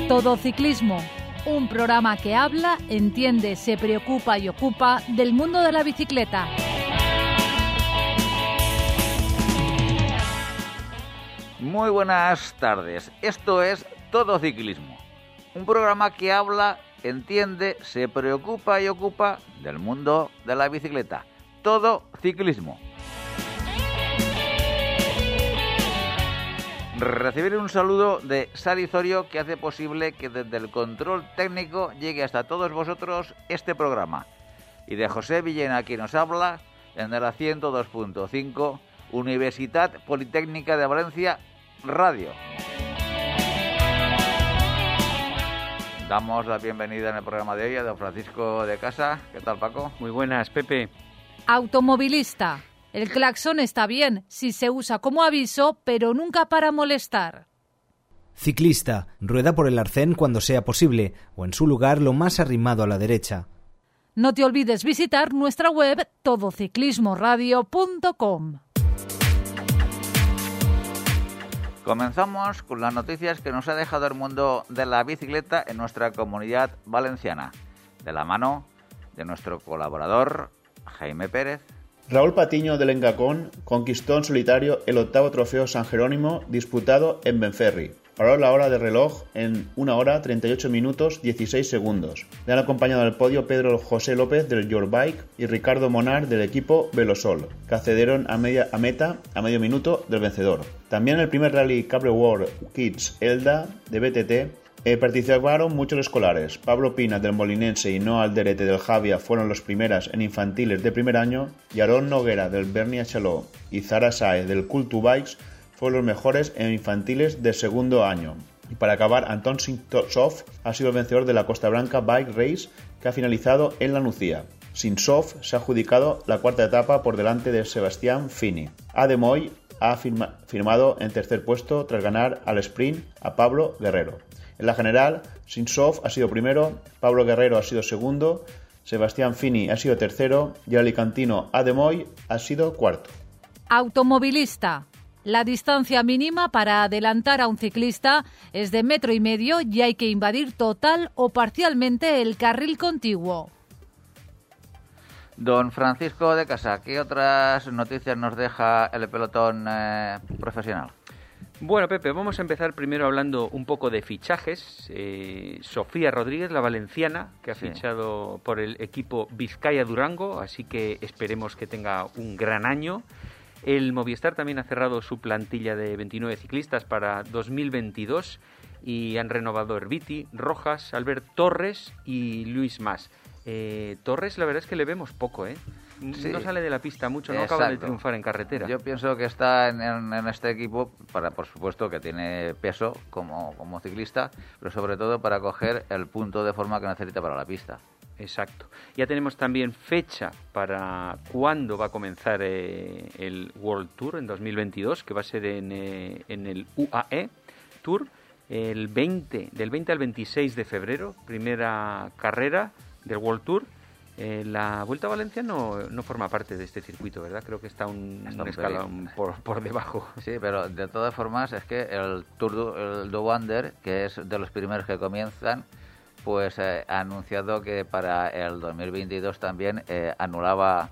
Todo Ciclismo, un programa que habla, entiende, se preocupa y ocupa del mundo de la bicicleta. Muy buenas tardes, esto es Todo Ciclismo, un programa que habla, entiende, se preocupa y ocupa del mundo de la bicicleta. Todo Ciclismo. Recibir un saludo de Sari Zorio, que hace posible que desde el control técnico llegue hasta todos vosotros este programa. Y de José Villena, quien nos habla en el 102.5, Universitat Politécnica de Valencia Radio. Damos la bienvenida en el programa de hoy a don Francisco de Casa. ¿Qué tal, Paco? Muy buenas, Pepe. Automovilista. El claxon está bien si se usa como aviso, pero nunca para molestar. Ciclista. Rueda por el arcén cuando sea posible, o en su lugar lo más arrimado a la derecha. No te olvides visitar nuestra web todociclismoradio.com. Comenzamos con las noticias que nos ha dejado el mundo de la bicicleta en nuestra comunidad valenciana, de la mano de nuestro colaborador Jaime Pérez. Raúl Patiño del Engacón conquistó en solitario el 8º trofeo San Jerónimo disputado en Benferri. Paró la hora de reloj en 1 hora 38 minutos 16 segundos. Le han acompañado al podio Pedro José López del Your Bike y Ricardo Monar del equipo Velosol, que accedieron a meta a medio minuto del vencedor. También en el primer rally Cable World Kids Elda de BTT participaron muchos escolares. Pablo Pina del Molinense y Noa Alderete del Javia fueron los primeras en infantiles de primer año, y Aarón Noguera del Bernia Chaló y Zara Saez del Cultu Bikes fueron los mejores en infantiles de segundo año. Y para acabar, Anton Sinsov ha sido el vencedor de la Costa Blanca Bike Race, que ha finalizado en La Nucía. Sinsov se ha adjudicado la cuarta etapa por delante de Sebastián Fini. Ademoy ha firmado en tercer puesto tras ganar al sprint a Pablo Guerrero. En la general, Sinsov ha sido primero, Pablo Guerrero ha sido segundo, Sebastián Fini ha sido tercero y el alicantino Ademoy ha sido cuarto. Automovilista. La distancia mínima para adelantar a un ciclista es de 1,5 metros y hay que invadir total o parcialmente el carril contiguo. Don Francisco de Casa, ¿qué otras noticias nos deja el pelotón profesional? Bueno, Pepe, vamos a empezar primero hablando un poco de fichajes. Sofía Rodríguez, la valenciana, que ha fichado por el equipo Vizcaya Durango, así que esperemos que tenga un gran año. El Movistar también ha cerrado su plantilla de 29 ciclistas para 2022 y han renovado Herbiti, Rojas, Albert Torres y Luis Mas. Torres, la verdad es que le vemos poco, ¿eh? Sí, no sale de la pista mucho, no acaba de triunfar en carretera. Yo pienso que está en este equipo, por supuesto que tiene peso como ciclista, pero sobre todo para coger el punto de forma que necesita para la pista. Exacto. Ya tenemos también fecha para cuándo va a comenzar el World Tour en 2022, que va a ser en el UAE Tour, del 20 al 26 de febrero, primera carrera del World Tour. La Vuelta a Valencia no forma parte de este circuito, ¿verdad? Creo que está un escalón por debajo. Sí, pero de todas formas es que el Tour el de Wander, que es de los primeros que comienzan, pues ha anunciado que para el 2022 también anulaba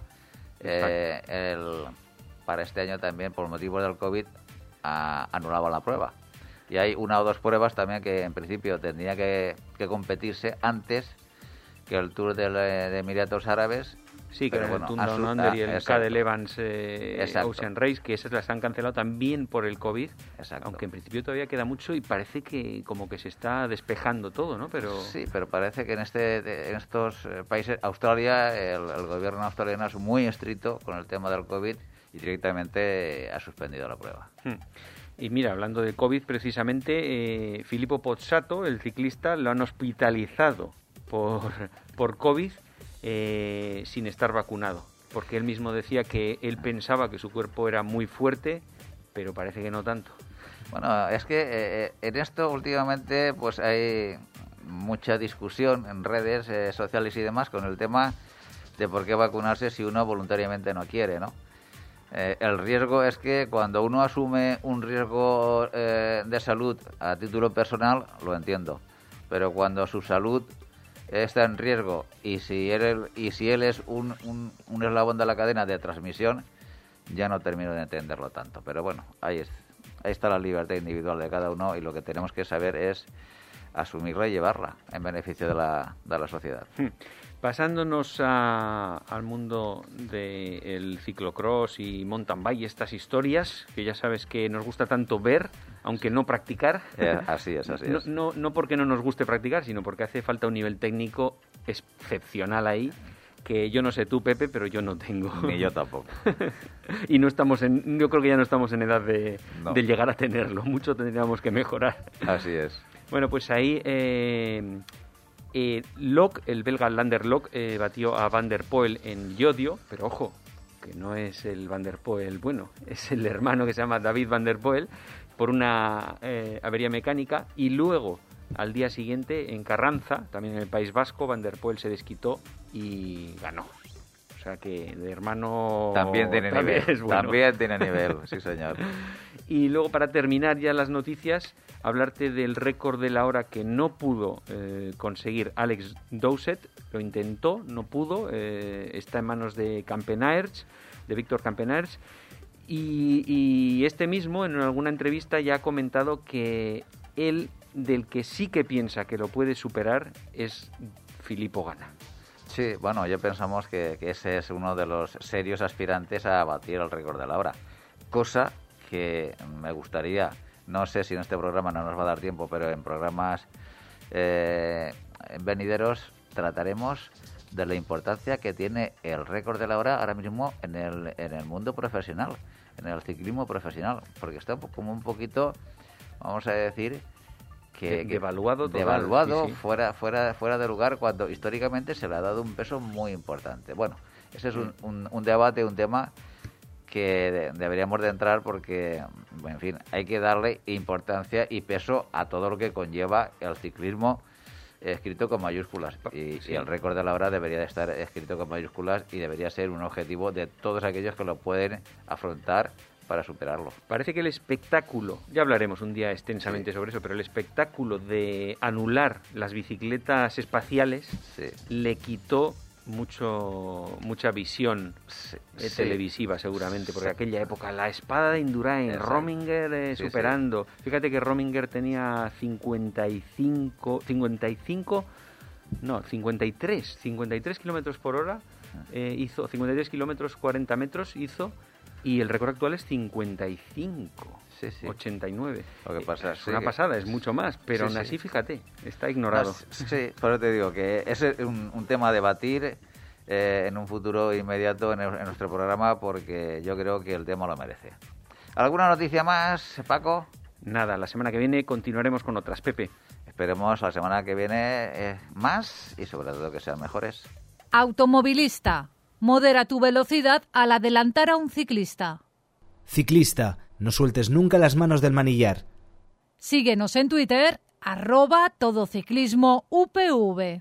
para este año también, por motivos del COVID, anulaba la prueba. Y hay 1 o 2 pruebas también que en principio tendría que competirse antes que el Tour de Emiratos Árabes. Sí, que bueno, el Tour Down Under y el Cadel Evans Ocean Race, que esas las han cancelado también por el COVID. Exacto. Aunque en principio todavía queda mucho y parece que como que se está despejando todo, ¿no? Pero sí, pero parece que en estos países, Australia, el gobierno australiano es muy estricto con el tema del COVID y directamente ha suspendido la prueba. Y mira, hablando de COVID precisamente, Filippo Pozzato, el ciclista, lo han hospitalizado por COVID sin estar vacunado, porque él mismo decía que él pensaba que su cuerpo era muy fuerte, pero parece que no tanto. Bueno, es que en esto últimamente pues hay mucha discusión en redes sociales y demás con el tema de por qué vacunarse si uno voluntariamente no quiere, ¿no? El riesgo es que cuando uno asume un riesgo de salud a título personal, lo entiendo. pero cuando su salud está en riesgo y si él es un eslabón de la cadena de transmisión, ya no termino de entenderlo tanto. Pero bueno, ahí está la libertad individual de cada uno y lo que tenemos que saber es asumirla y llevarla en beneficio de la sociedad. Pasándonos al mundo del ciclocross y mountain bike, estas historias que ya sabes que nos gusta tanto ver, aunque no practicar. Así es. No porque no nos guste practicar, sino porque hace falta un nivel técnico excepcional ahí, que yo no sé tú, Pepe, pero yo no tengo. Ni yo tampoco. Y yo creo que ya no estamos en edad de llegar a tenerlo. Mucho tendríamos que mejorar. Así es. Bueno, pues ahí Lok, el belga Lander Lok, batió a Van der Poel en Llodio, pero ojo, que no es el Van der Poel bueno, es el hermano que se llama David Van der Poel, por una avería mecánica, y luego, al día siguiente, en Carranza, también en el País Vasco, Van der Poel se desquitó y ganó. O sea que de hermano también tiene nivel. Es bueno. También tiene nivel, sí señor. Y luego, para terminar ya las noticias, hablarte del récord de la hora que no pudo conseguir Alex Dowsett. Lo intentó, no pudo. Está en manos de Campenaerts, de Víctor Campenaerts. Y este mismo, en alguna entrevista, ya ha comentado que él, del que sí que piensa que lo puede superar, es Filippo Ganna. Sí, bueno, yo pensamos que ese es uno de los serios aspirantes a batir el récord de la hora. Cosa que me gustaría, no sé si en este programa no nos va a dar tiempo, pero en programas venideros trataremos de la importancia que tiene el récord de la hora ahora mismo en el mundo profesional, en el ciclismo profesional, porque está como un poquito, vamos a decir, que devaluado, sí. fuera de lugar, cuando históricamente se le ha dado un peso muy importante. Bueno, ese es un debate, un tema que deberíamos de entrar porque, en fin, hay que darle importancia y peso a todo lo que conlleva el ciclismo escrito con mayúsculas y el récord de la hora debería de estar escrito con mayúsculas y debería ser un objetivo de todos aquellos que lo pueden afrontar para superarlo. Parece que el espectáculo, ya hablaremos un día extensamente sobre eso, pero el espectáculo de anular las bicicletas espaciales le quitó mucha visión televisiva seguramente, porque aquella época la espada de Indurain, Rominger superando. Fíjate que Rominger tenía 53 kilómetros por hora, hizo 53 kilómetros 40 metros hizo, y el récord actual es 55. 89. Lo que pasa es una pasada, es mucho más, pero aún así, fíjate, está ignorado. Sí, por eso te digo que es un tema a debatir en un futuro inmediato en nuestro programa, porque yo creo que el tema lo merece. ¿Alguna noticia más, Paco? Nada, la semana que viene continuaremos con otras, Pepe. Esperemos la semana que viene más y sobre todo que sean mejores. Automovilista, modera tu velocidad al adelantar a un ciclista. Ciclista, no sueltes nunca las manos del manillar. Síguenos en Twitter, @todociclismoupv.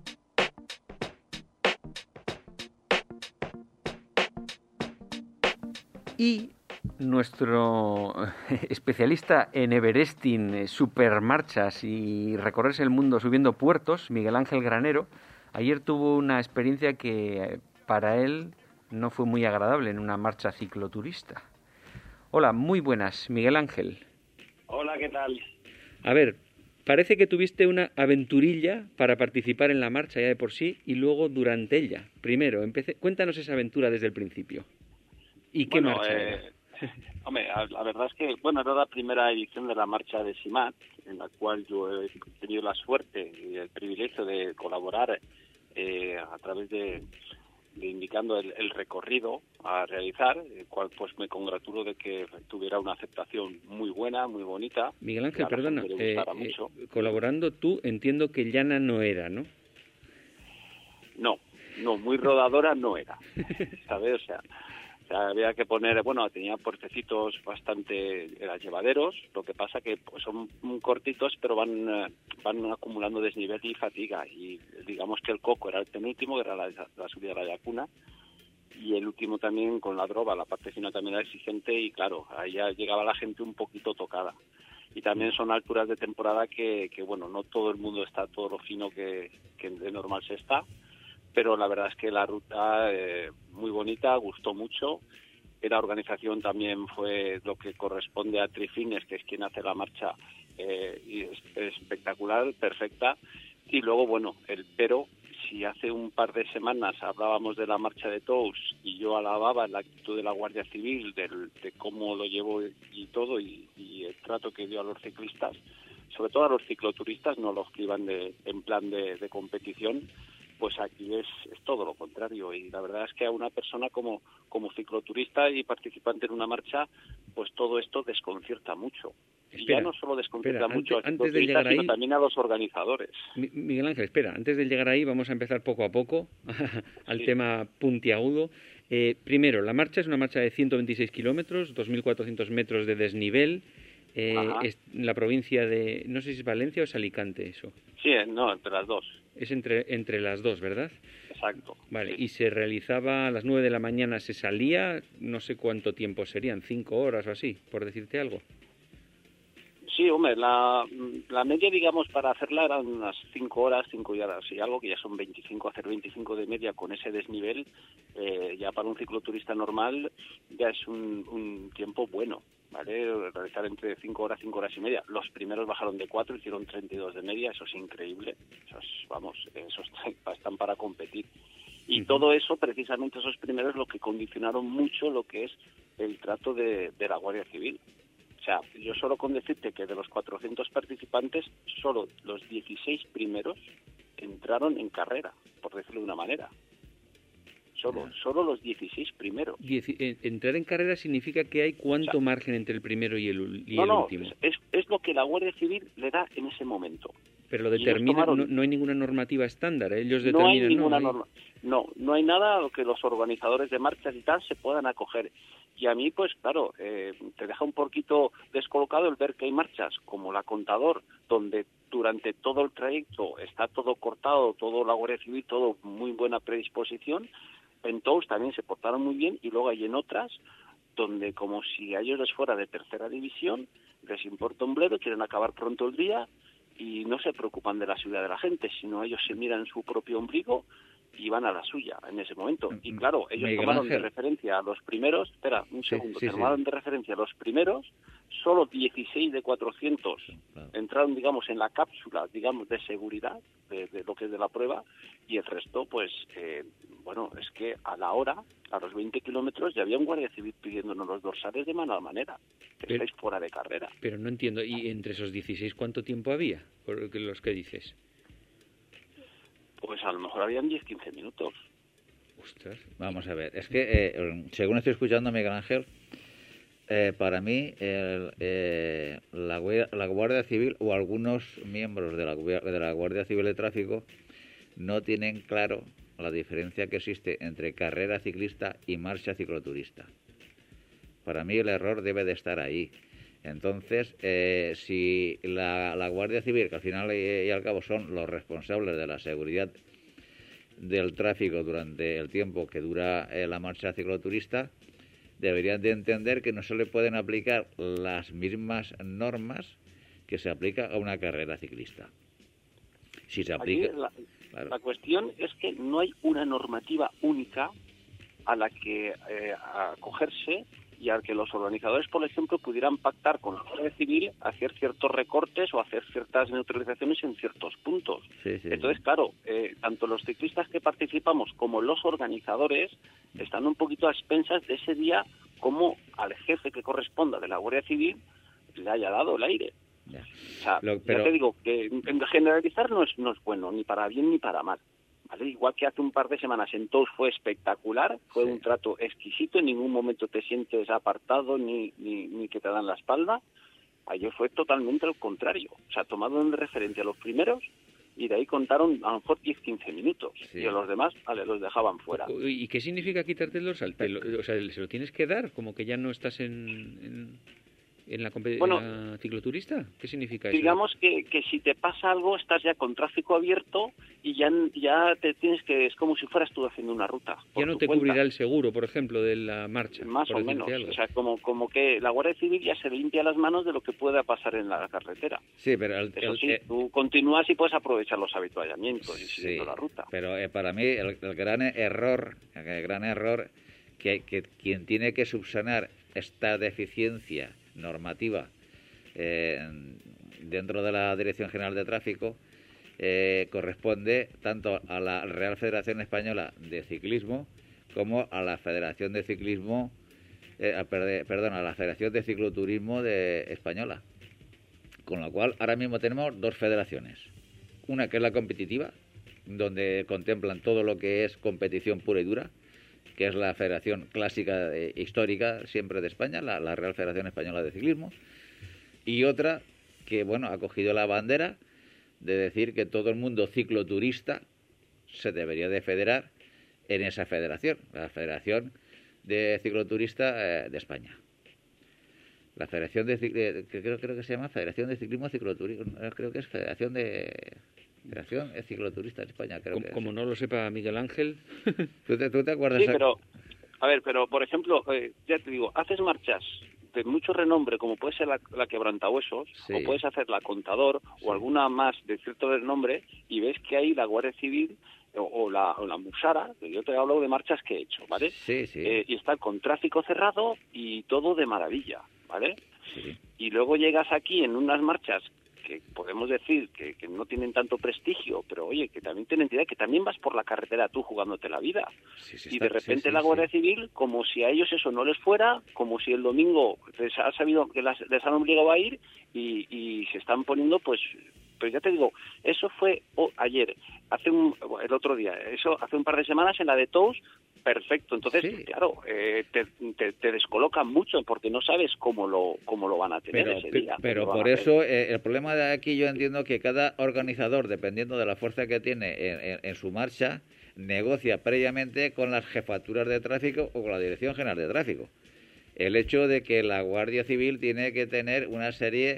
Y nuestro especialista en Everesting, supermarchas y recorrerse el mundo subiendo puertos, Miguel Ángel Granero, ayer tuvo una experiencia que para él no fue muy agradable en una marcha cicloturista. Hola, muy buenas, Miguel Ángel. Hola, ¿qué tal? A ver, parece que tuviste una aventurilla para participar en la marcha ya de por sí y luego durante ella. Primero, cuéntanos esa aventura desde el principio. ¿Y qué marcha era? Hombre, la verdad es que, era la primera edición de la marcha de Simat, en la cual yo he tenido la suerte y el privilegio de colaborar a través de indicando el recorrido a realizar, el cual pues me congratulo de que tuviera una aceptación muy buena, muy bonita. Miguel Ángel, perdona, colaborando tú, entiendo que llana no era, ¿no? No, muy rodadora no era, ¿sabes? O sea, había que poner, tenía puertecitos bastante llevaderos, lo que pasa que pues son cortitos, pero van acumulando desnivel y fatiga, y digamos que el coco era el penúltimo, que era la subida de la Llacuna, y el último también con la droga, la parte final también era exigente, y claro, ahí ya llegaba la gente un poquito tocada. y también son alturas de temporada que bueno, no todo el mundo está todo lo fino que de normal se está, pero la verdad es que la ruta muy bonita, gustó mucho. La organización también fue lo que corresponde a Trifines, que es quien hace la marcha, y es espectacular, perfecta. Y luego, bueno, pero si hace un par de semanas hablábamos de la marcha de Tous y yo alababa la actitud de la Guardia Civil, de cómo lo llevó y todo, y el trato que dio a los ciclistas, sobre todo a los cicloturistas, no los que iban en plan de competición, pues aquí es todo lo contrario. Y la verdad es que a una persona como cicloturista y participante en una marcha, pues todo esto desconcierta mucho. Y ya no solo desconcierta mucho a los cicloturistas, sino también a los organizadores. Miguel Ángel, espera, antes de llegar ahí vamos a empezar poco a poco al tema puntiagudo. Primero, la marcha es una marcha de 126 kilómetros, 2.400 metros de desnivel. Es la provincia de, no sé si es Valencia o es Alicante eso. Sí, no, entre las dos. Es entre las dos, ¿verdad? Exacto. Vale, sí. Y se realizaba a las 9 de la mañana, se salía, no sé cuánto tiempo serían, 5 horas o así, por decirte algo. Sí, hombre, la media, digamos, para hacerla eran unas 5 horas y algo, que ya son 25, hacer 25 de media con ese desnivel, ya para un cicloturista normal ya es un tiempo bueno, ¿vale? Realizar entre 5 horas y media. Los bajaron de 4, hicieron 32 de media, eso es increíble, esos están para competir. Y todo eso, precisamente esos primeros, lo que condicionaron mucho lo que es el trato de la Guardia Civil. O sea, yo solo con decirte que de los 400 participantes, solo los 16 primeros entraron en carrera, por decirlo de una manera. Solo los 16 primeros. Entrar en carrera significa que hay cuánto margen entre el primero y el último. Es lo que la Guardia Civil le da en ese momento. Pero lo determina, no hay ninguna normativa estándar, ellos determinan. No hay ninguna norma. No hay nada a lo que los organizadores de marchas y tal se puedan acoger. Y a mí, pues claro, te deja un poquito descolocado el ver que hay marchas como la Contador, donde durante todo el trayecto está todo cortado, todo la Guardia Civil, todo muy buena predisposición. En Tous también se portaron muy bien, y luego hay en otras donde, como si a ellos les fuera de tercera división, les importa un bledo, quieren acabar pronto el día y no se preocupan de la seguridad de la gente, sino ellos se miran su propio ombligo y van a la suya en ese momento. Y claro, ellos tomaron de referencia a los primeros, tomaron de referencia a los primeros, solo 16 de 400 entraron, digamos, en la cápsula, digamos, de seguridad de lo que es de la prueba, y el resto, pues, es que a la hora, a los 20 kilómetros, ya había un guardia civil pidiéndonos los dorsales de mala manera, que estáis fuera de carrera. Pero no entiendo, ¿y entre esos 16 cuánto tiempo había, por los que dices? Pues a lo mejor habían 10-15 minutos. Ostras. Vamos a ver, es que según estoy escuchando a Miguel Ángel, para mí la Guardia Civil o algunos miembros de la Guardia Civil de Tráfico no tienen claro la diferencia que existe entre carrera ciclista y marcha cicloturista. Para mí el error debe de estar ahí. Entonces, si la Guardia Civil, que al final y al cabo son los responsables de la seguridad del tráfico durante el tiempo que dura la marcha cicloturista, deberían de entender que no se le pueden aplicar las mismas normas que se aplica a una carrera ciclista. Si se aplica... La cuestión es que no hay una normativa única a la que acogerse, y al que los organizadores, por ejemplo, pudieran pactar con la Guardia Civil, hacer ciertos recortes o hacer ciertas neutralizaciones en ciertos puntos. Sí. Entonces, claro, tanto los ciclistas que participamos como los organizadores están un poquito a expensas de ese día, como al jefe que corresponda de la Guardia Civil le haya dado el aire. Ya. O sea, ya te digo que generalizar no es bueno, ni para bien ni para mal. ¿Vale? Igual que hace un par de semanas en Tous fue espectacular, fue un trato exquisito, en ningún momento te sientes apartado ni que te dan la espalda. Ayer fue totalmente al contrario, o sea, tomado en referencia a los primeros, y de ahí contaron a lo mejor 10-15 minutos, y a los demás los dejaban fuera. ¿Y qué significa quitarte el dorsal? O sea, ¿se lo tienes que dar? Como que ya no estás en... en la cicloturista? ¿Qué significa eso? Digamos que si te pasa algo, estás ya con tráfico abierto y ya te tienes que... Es como si fueras tú haciendo una ruta. Ya no te cubrirá el seguro, por ejemplo, de la marcha. Más o menos. O sea, como que la Guardia Civil ya se limpia las manos de lo que pueda pasar en la carretera. Sí, pero... tú continúas y puedes aprovechar los avituallamientos y siguiendo la ruta. Pero para mí el gran error que quien tiene que subsanar esta deficiencia normativa dentro de la Dirección General de Tráfico corresponde tanto a la Real Federación Española de Ciclismo como a la Federación de Ciclismo, a la Federación de Cicloturismo Española. Con lo cual, ahora mismo tenemos dos federaciones. Una que es la competitiva, donde contemplan todo lo que es competición pura y dura, que es la Federación Clásica Histórica siempre de España, la Real Federación Española de Ciclismo, y otra que, ha cogido la bandera de decir que todo el mundo cicloturista se debería de federar en esa federación, la Federación de Cicloturista de España. La Federación creo que se llama Federación de Ciclismo Cicloturismo, creo que es Federación Cicloturista de España, creo que como no lo sepa Miguel Ángel. ¿Tú te acuerdas? Sí, pero por ejemplo, ya te digo, haces marchas de mucho renombre, como puede ser la Quebrantahuesos, sí, o puedes hacer la Contador, sí, o alguna más de cierto renombre, y ves que hay la Guardia Civil o la Musara, que yo te hablo de marchas que he hecho, ¿vale? Sí, sí. Y está con tráfico cerrado y todo de maravilla, ¿vale? Sí. Y luego llegas aquí en unas marchas que podemos decir que no tienen tanto prestigio, pero oye, que también tienen entidad, que también vas por la carretera tú jugándote la vida. Y de repente la Guardia Civil, como si a ellos eso no les fuera, como si el domingo les ha sabido que les han obligado a ir y se están poniendo, pues ya te digo, eso fue ayer, el otro día, eso hace un par de semanas en la de Tous. Perfecto, entonces, sí, claro, te descolocan mucho porque no sabes cómo lo van a tener ese día. Pero por eso, el problema de aquí yo entiendo que cada organizador, dependiendo de la fuerza que tiene en su marcha, negocia previamente con las jefaturas de tráfico o con la Dirección General de Tráfico. El hecho de que la Guardia Civil tiene que tener una serie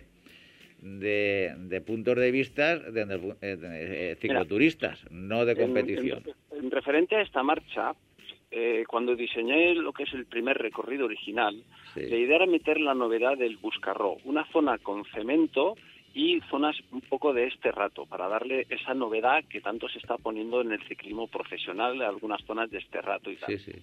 de puntos de vista de cicloturistas, no de competición. En referente a esta marcha, cuando diseñé lo que es el primer recorrido original, sí, la idea era meter la novedad del Buscarró, una zona con cemento y zonas un poco de este rato, para darle esa novedad que tanto se está poniendo en el ciclismo profesional, algunas zonas de este rato y tal. Sí, sí.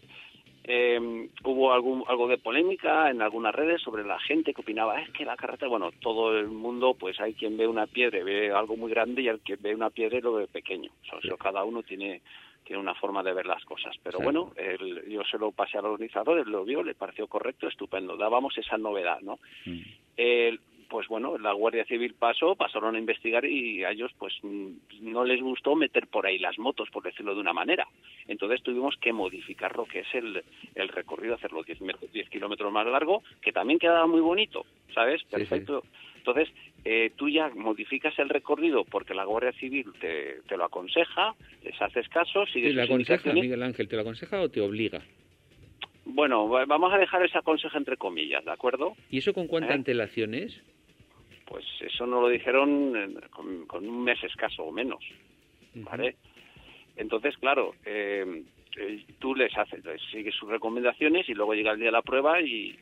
Hubo algo de polémica en algunas redes sobre la gente que opinaba, es que la carretera, todo el mundo, pues hay quien ve una piedra y ve algo muy grande y el que ve una piedra lo ve pequeño. O sea, cada uno tiene una forma de ver las cosas. Pero sí, bueno, yo se lo pasé al organizador, él lo vio, le pareció correcto, estupendo. Dábamos esa novedad, ¿no? Pues bueno, la Guardia Civil pasaron a investigar y a ellos pues no les gustó meter por ahí las motos, por decirlo de una manera. Entonces tuvimos que modificar lo que es el recorrido, hacerlo 10 kilómetros más largo, que también quedaba muy bonito, ¿sabes? Perfecto. Sí, sí. Entonces, tú ya modificas el recorrido porque la Guardia Civil te lo aconseja, les haces caso, sigues sus indicaciones. ¿Te lo aconseja, Miguel Ángel? ¿Te lo aconseja o te obliga? Bueno, vamos a dejar esa conseja entre comillas, ¿de acuerdo? ¿Y eso con cuánta antelación es? Pues eso nos lo dijeron con un mes escaso o menos, ¿vale? Entonces, claro, tú les sigues sus recomendaciones y luego llega el día de la prueba y,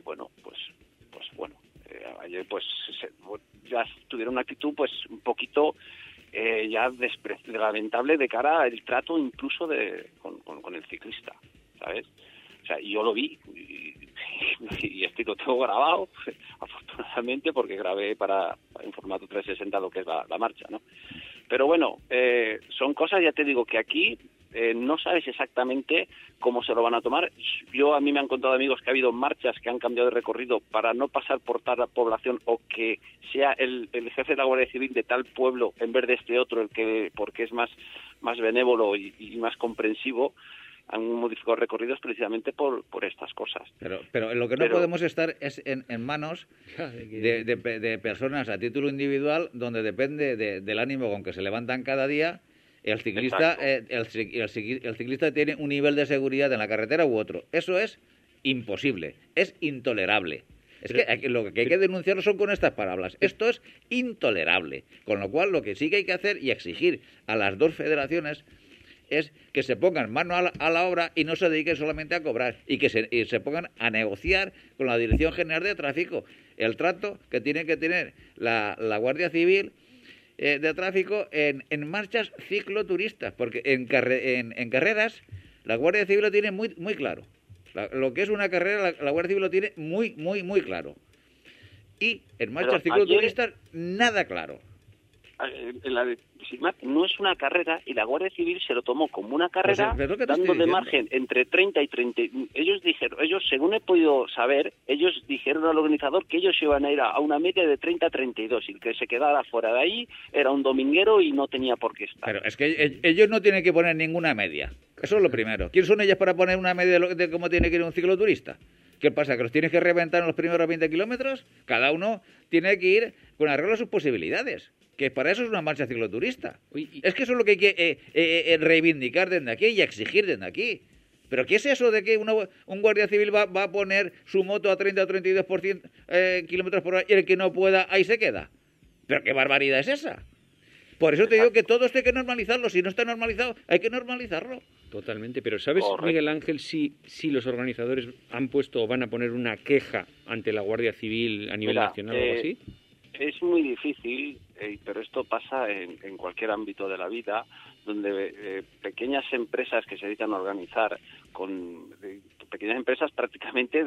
ayer pues ya tuvieron una actitud pues un poquito ya lamentable de cara al trato incluso con el ciclista, ¿sabes? O sea, yo lo vi y esto lo tengo grabado, afortunadamente, porque grabé para en formato 360 lo que es la marcha, ¿no? Pero bueno, son cosas, ya te digo, que aquí no sabes exactamente cómo se lo van a tomar. A mí me han contado amigos que ha habido marchas que han cambiado de recorrido para no pasar por tal población o que sea el jefe de la Guardia Civil de tal pueblo en vez de este otro, porque es más benévolo y más comprensivo. Han modificado recorridos precisamente por estas cosas. Pero lo que no podemos estar es en manos de personas a título individual, donde depende del ánimo con que se levantan cada día. El ciclista el ciclista tiene un nivel de seguridad en la carretera u otro. Eso es imposible, es intolerable. Es que lo que hay que denunciarlo son con estas palabras. Esto es intolerable. Con lo cual, lo que sí que hay que hacer y exigir a las dos federaciones es que se pongan mano a la obra y no se dediquen solamente a cobrar y que se pongan a negociar con la Dirección General de Tráfico el trato que tiene que tener la Guardia Civil de Tráfico en marchas cicloturistas, porque en carreras la Guardia Civil lo tiene muy, muy claro. Lo que es una carrera, la Guardia Civil lo tiene muy, muy, muy claro. Y en marchas cicloturistas, nada claro. En la de Simat no es una carrera y la Guardia Civil se lo tomó como una carrera, dando de margen entre 30 y 30. Ellos según he podido saber, ellos dijeron al organizador que ellos iban a ir a una media de 30 a 32 y el que se quedara fuera de ahí era un dominguero y no tenía por qué estar. Pero es que ellos no tienen que poner ninguna media. Eso es lo primero. ¿Quién son ellas para poner una media de cómo tiene que ir un cicloturista? ¿Qué pasa? ¿Que los tienes que reventar en los primeros 20 kilómetros? Cada uno tiene que ir con arreglo a sus posibilidades. Que para eso es una marcha cicloturista. Es que eso es lo que hay que reivindicar desde aquí y exigir desde aquí. ¿Pero qué es eso de que un guardia civil va a poner su moto a 30 o 32 kilómetros por hora y el que no pueda, ahí se queda? ¿Pero qué barbaridad es esa? Por eso te digo que todo esto hay que normalizarlo. Si no está normalizado, hay que normalizarlo. Totalmente, pero ¿sabes, Miguel Ángel, si los organizadores han puesto o van a poner una queja ante la Guardia Civil a nivel nacional o algo así? Es muy difícil, pero esto pasa en cualquier ámbito de la vida, donde pequeñas empresas que se dedican a organizar, pequeñas empresas prácticamente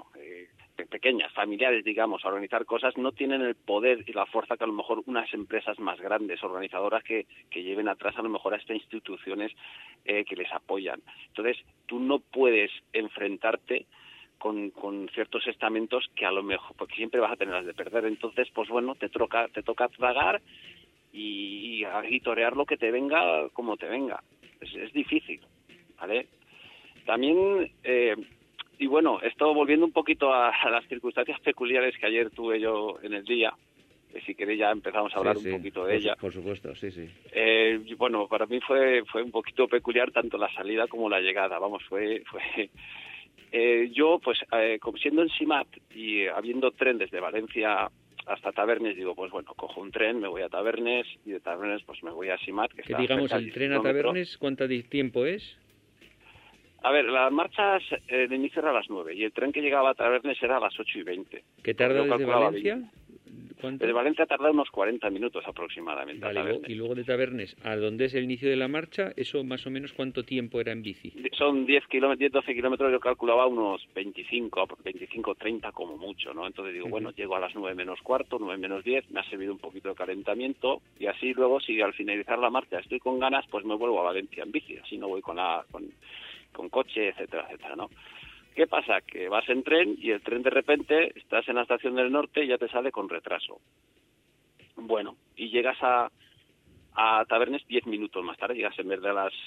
pequeñas, familiares, digamos, a organizar cosas, no tienen el poder y la fuerza que a lo mejor unas empresas más grandes, organizadoras, que lleven atrás a lo mejor a estas instituciones que les apoyan. Entonces, tú no puedes enfrentarte con ciertos estamentos que a lo mejor, porque siempre vas a tener las de perder. Entonces, pues bueno, te toca tragar y torear lo que te venga como te venga. Es difícil, ¿vale? También, y bueno, esto volviendo un poquito a las circunstancias peculiares que ayer tuve yo en el día, que si queréis ya empezamos a hablar un poquito de ella. Por supuesto, sí. Bueno, para mí fue un poquito peculiar tanto la salida como la llegada. Vamos, fue yo, pues, siendo en Simat y habiendo tren desde Valencia hasta Tabernes, digo, pues bueno, cojo un tren, me voy a Tabernes y de Tabernes pues me voy a Simat. Que digamos, el tren a Tabernes, ¿cuánto tiempo es? A ver, las marchas de inicio era a las 9 y el tren que llegaba a Tabernes era a las 8:20. ¿Qué tarda desde Valencia? ¿Cuánto? Desde Valencia tarda unos 40 minutos aproximadamente. Vale, y luego de Tabernes a donde es el inicio de la marcha, ¿eso más o menos cuánto tiempo era en bici? Son 10-12 kilómetros, yo calculaba unos 25, 30 como mucho, ¿no? Entonces digo, bueno, llego a las 9 menos cuarto, 9 menos 10, me ha servido un poquito de calentamiento y así luego, si al finalizar la marcha estoy con ganas, pues me vuelvo a Valencia en bici, así no voy con coche, etcétera, ¿no? ¿Qué pasa? Que vas en tren y el tren de repente estás en la estación del norte y ya te sale con retraso. Bueno, y llegas a Tabernes 10 minutos más tarde, llegas en vez de a las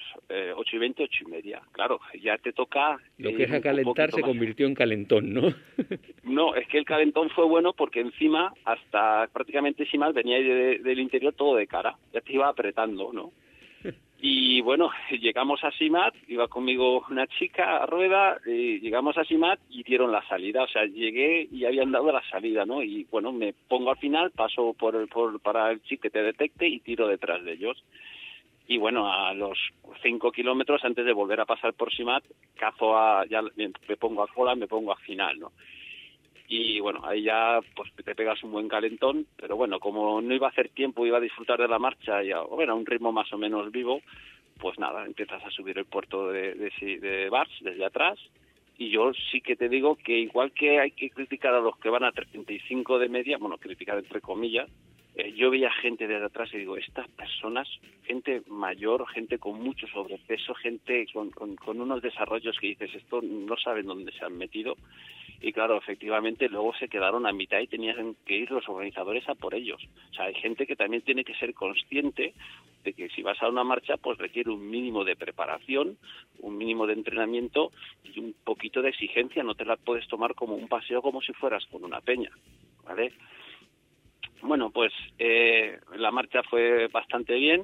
8:20, 8:30. Claro, ya te toca... Lo que era calentar se convirtió en calentón, ¿no? No, es que el calentón fue bueno porque encima, hasta prácticamente Simat, venía del interior todo de cara. Ya te iba apretando, ¿no? Y bueno, llegamos a Simat, iba conmigo una chica a rueda, llegamos a Simat y dieron la salida, o sea, llegué y habían dado la salida, ¿no? Y bueno, me pongo al final, paso para el chip que te detecte y tiro detrás de ellos. Y bueno, a los 5 kilómetros, antes de volver a pasar por Simat, ya me pongo a cola, me pongo a final, ¿no? Y bueno, ahí ya pues te pegas un buen calentón, pero bueno, como no iba a hacer tiempo, iba a disfrutar de la marcha y a un ritmo más o menos vivo, pues nada, empiezas a subir el puerto de Bars desde atrás. Y yo sí que te digo que igual que hay que criticar a los que van a 35 de media, bueno, criticar entre comillas, yo veía gente desde atrás y digo, estas personas, gente mayor, gente con mucho sobrepeso, gente con unos desarrollos que dices, esto no saben dónde se han metido. Y claro, efectivamente, luego se quedaron a mitad y tenían que ir los organizadores a por ellos. O sea, hay gente que también tiene que ser consciente de que si vas a una marcha, pues requiere un mínimo de preparación, un mínimo de entrenamiento y un poquito de exigencia. No te la puedes tomar como un paseo como si fueras con una peña, ¿vale? Bueno, pues la marcha fue bastante bien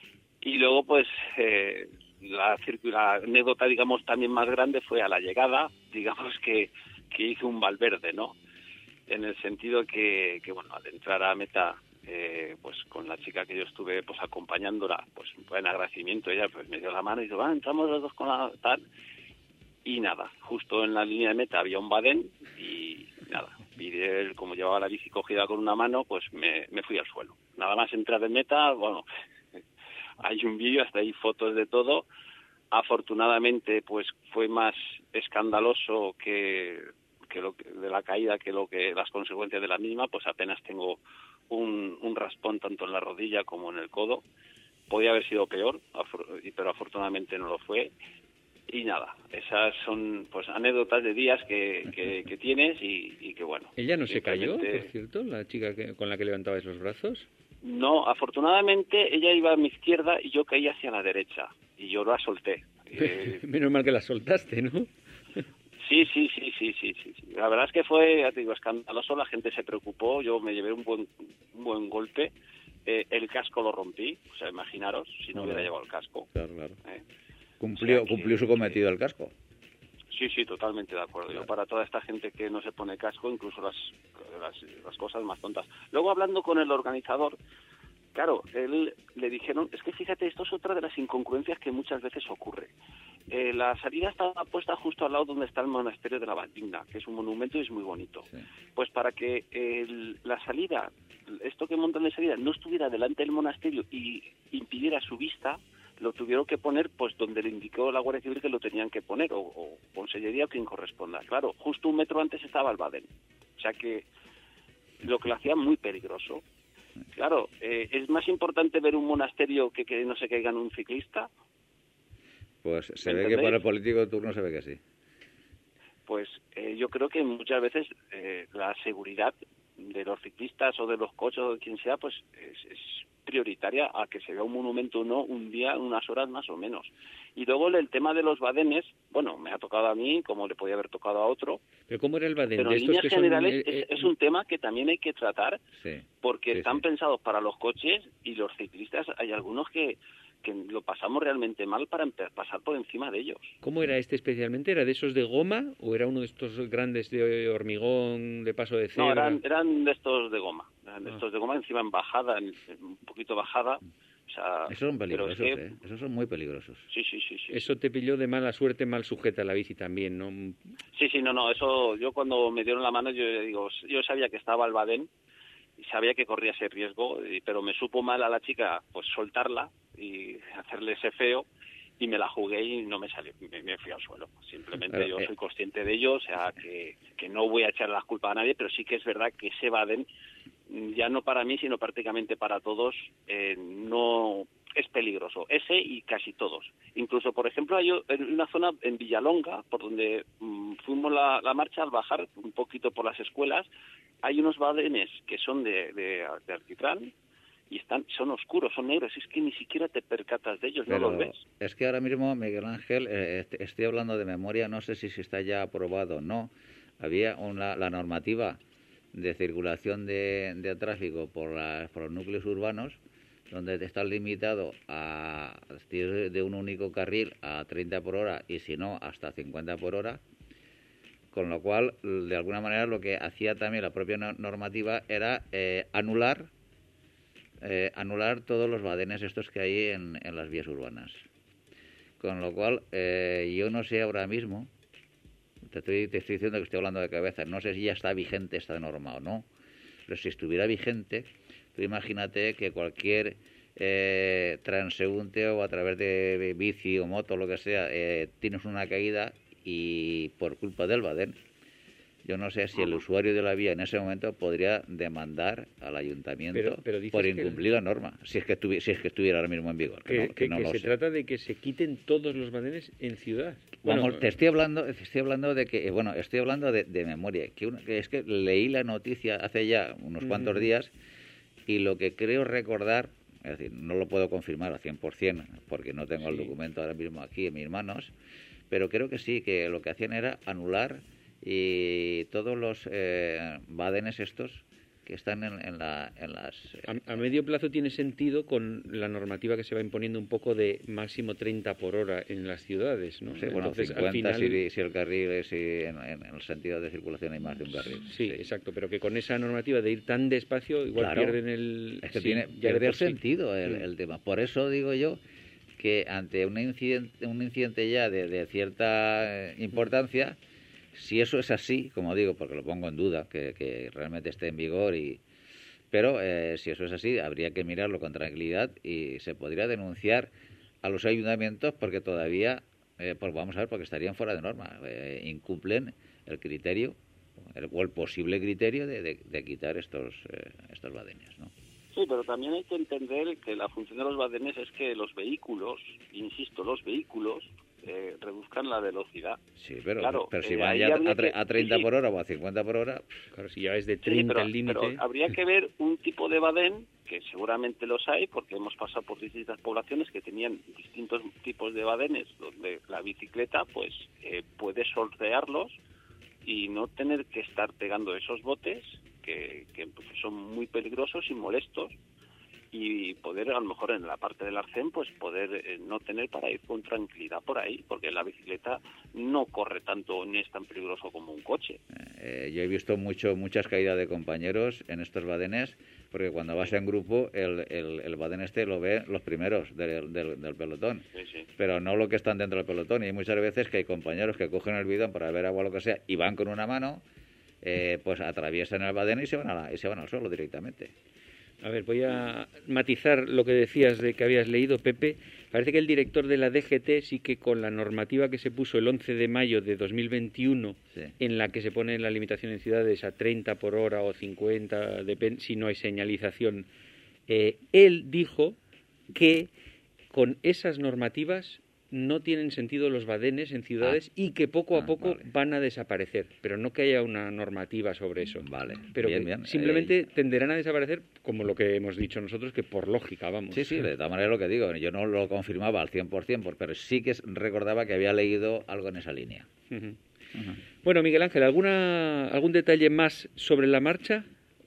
y luego pues la anécdota, digamos, también más grande fue a la llegada. Digamos que hizo un Valverde, ¿no? En el sentido que bueno, al entrar a meta, pues con la chica que yo estuve pues acompañándola, pues en agradecimiento, ella pues me dio la mano y dijo, entramos los dos con la tal, y nada, justo en la línea de meta había un badén y nada, y él, como llevaba la bici cogida con una mano, pues me fui al suelo. Nada más entrar en meta, bueno, hay un vídeo, hasta hay fotos de todo. Afortunadamente, pues fue más escandaloso que lo que, de la caída que las consecuencias de la misma. Pues apenas tengo un raspón tanto en la rodilla como en el codo. Podía haber sido peor, pero afortunadamente no lo fue. Y nada, esas son pues anécdotas de días que tienes y que bueno. ¿Ella no se cayó, por cierto, la chica con la que levantabas los brazos? No, afortunadamente ella iba a mi izquierda y yo caí hacia la derecha y yo la solté. Menos mal que la soltaste, ¿no? Sí. La verdad es que fue, ya te digo, escandaloso, la gente se preocupó, yo me llevé un buen golpe, el casco lo rompí, o sea, imaginaros si no hubiera llevado el casco. Claro. Cumplió su cometido el casco. Sí, totalmente de acuerdo. Yo para toda esta gente que no se pone casco, incluso las cosas más tontas. Luego hablando con el organizador, claro, él le dijeron, es que fíjate, esto es otra de las incongruencias que muchas veces ocurre. La salida estaba puesta justo al lado donde está el monasterio de la Valldigna, que es un monumento y es muy bonito. Sí. Pues para que la salida, esto que montan de salida, no estuviera delante del monasterio y impidiera su vista, lo tuvieron que poner pues donde le indicó la Guardia Civil que lo tenían que poner, o Consellería o quien corresponda. Claro, justo 1 metro antes estaba el badén. O sea que lo hacía muy peligroso. Claro, ¿es más importante ver un monasterio que no se caiga en un ciclista? Pues se ve que para el político de turno se ve que sí. Pues yo creo que muchas veces la seguridad de los ciclistas o de los coches o de quien sea, pues es prioritaria a que se vea un monumento o no, un día, unas horas más o menos. Y luego el tema de los badenes, bueno, me ha tocado a mí, como le podía haber tocado a otro. ¿Pero cómo era el badén? Pero en líneas generales es un tema que también hay que tratar, porque están pensados para los coches y los ciclistas, hay algunos que lo pasamos realmente mal para pasar por encima de ellos. ¿Cómo era este especialmente? ¿Era de esos de goma o era uno de estos grandes de hormigón, de paso de cebra? No, eran de estos de goma. Eran de estos de goma, encima en bajada, un poquito bajada. O sea, esos son peligrosos, esos son muy peligrosos. Sí. Eso te pilló de mala suerte, mal sujeta la bici también, ¿no? Sí, no, eso, yo cuando me dieron la mano, yo sabía que estaba el badén, y sabía que corría ese riesgo, pero me supo mal a la chica pues soltarla y hacerle ese feo, y me la jugué y no me salió, me fui al suelo. Simplemente yo soy consciente de ello, o sea, que no voy a echar las culpas a nadie, pero sí que es verdad que ese badén, ya no para mí, sino prácticamente para todos, no es peligroso. Ese y casi todos. Incluso, por ejemplo, hay una zona en Villalonga, por donde fuimos la marcha al bajar un poquito por las escuelas, hay unos badenes que son de alquitrán y son oscuros, son negros, es que ni siquiera te percatas de ellos, pero no los ves. Es que ahora mismo, Miguel Ángel, estoy hablando de memoria, no sé si está ya aprobado o no. Había la normativa de circulación de tráfico por los núcleos urbanos, donde está limitado a de un único carril a 30 por hora y si no hasta 50 por hora. Con lo cual, de alguna manera, lo que hacía también la propia normativa era anular todos los badenes estos que hay en las vías urbanas. Con lo cual, yo no sé ahora mismo, te estoy diciendo que estoy hablando de cabeza, no sé si ya está vigente esta norma o no, pero si estuviera vigente, tú imagínate que cualquier transeúnte o a través de bici o moto o lo que sea, tienes una caída y por culpa del badén, yo no sé si el usuario de la vía en ese momento podría demandar al ayuntamiento pero por incumplir la norma, si es que estuviera ahora mismo en vigor. Que se trata de que se quiten todos los badenes en ciudad. Vamos, te estoy hablando de que, estoy hablando de memoria, que es que leí la noticia hace ya unos cuantos días y lo que creo recordar, es decir, no lo puedo confirmar al 100% porque no tengo el documento ahora mismo aquí en mis manos, pero creo que sí, que lo que hacían era anular y todos los badenes estos que están en las... A medio plazo tiene sentido con la normativa que se va imponiendo un poco de máximo 30 por hora en las ciudades, ¿no? Sí, bueno, entonces, 50 al final... si el carril es en el sentido de circulación hay más de un carril. Sí, exacto, pero que con esa normativa de ir tan despacio igual claro, pierden el... Es que pierde el sentido el tema. Por eso digo yo que ante un incidente ya de cierta importancia, si eso es así, como digo, porque lo pongo en duda, que realmente esté en vigor, pero si eso es así, habría que mirarlo con tranquilidad y se podría denunciar a los ayuntamientos porque todavía, pues vamos a ver, porque estarían fuera de norma, incumplen el criterio o el posible criterio de quitar estos badenes, ¿no? Sí, pero también hay que entender que la función de los badenes es que los vehículos, insisto, reduzcan la velocidad. Sí, pero claro, si van ya a 30 por hora o a 50 por hora... Claro, si ya es de 30 el límite... Pero habría que ver un tipo de badén, que seguramente los hay, porque hemos pasado por distintas poblaciones que tenían distintos tipos de badenes, donde la bicicleta pues puede sortearlos y no tener que estar pegando esos botes que son muy peligrosos y molestos, y poder, a lo mejor en la parte del arcén, pues poder no tener para ir con tranquilidad por ahí, porque la bicicleta no corre tanto ni es tan peligroso como un coche. Yo he visto muchas caídas de compañeros en estos badenes, porque cuando vas en grupo, el badén lo ve los primeros del pelotón, sí. Pero no lo que están dentro del pelotón, y hay muchas veces que hay compañeros que cogen el bidón para beber agua o lo que sea, y van con una mano, pues atraviesan el badén y se van al suelo directamente. A ver, voy a matizar lo que decías de que habías leído, Pepe. Parece que el director de la DGT sí que con la normativa que se puso el 11 de mayo de 2021, sí, en la que se pone la limitación en ciudades a 30 por hora o 50, depende si no hay señalización, él dijo que con esas normativas no tienen sentido los badenes en ciudades y que poco a poco van a desaparecer, pero no que haya una normativa sobre eso. Vale, pero bien. Simplemente tenderán a desaparecer, como lo que hemos dicho nosotros, que por lógica, vamos. Sí, de todas maneras lo que digo, yo no lo confirmaba al 100%, pero sí que recordaba que había leído algo en esa línea. Bueno, Miguel Ángel, ¿algún detalle más sobre la marcha?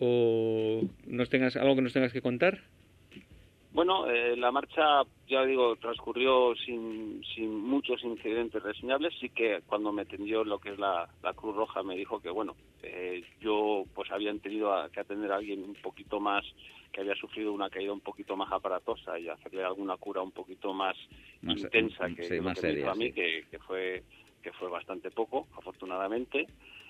¿O algo que nos tengas que contar? Bueno, la marcha, ya digo, transcurrió sin muchos incidentes reseñables. Sí que cuando me atendió lo que es la Cruz Roja me dijo que, bueno, yo pues habían tenido que atender a alguien un poquito más, que había sufrido una caída un poquito más aparatosa y hacerle alguna cura un poquito más intensa que lo más que seria, me dijo a mí, que fue bastante poco, afortunadamente.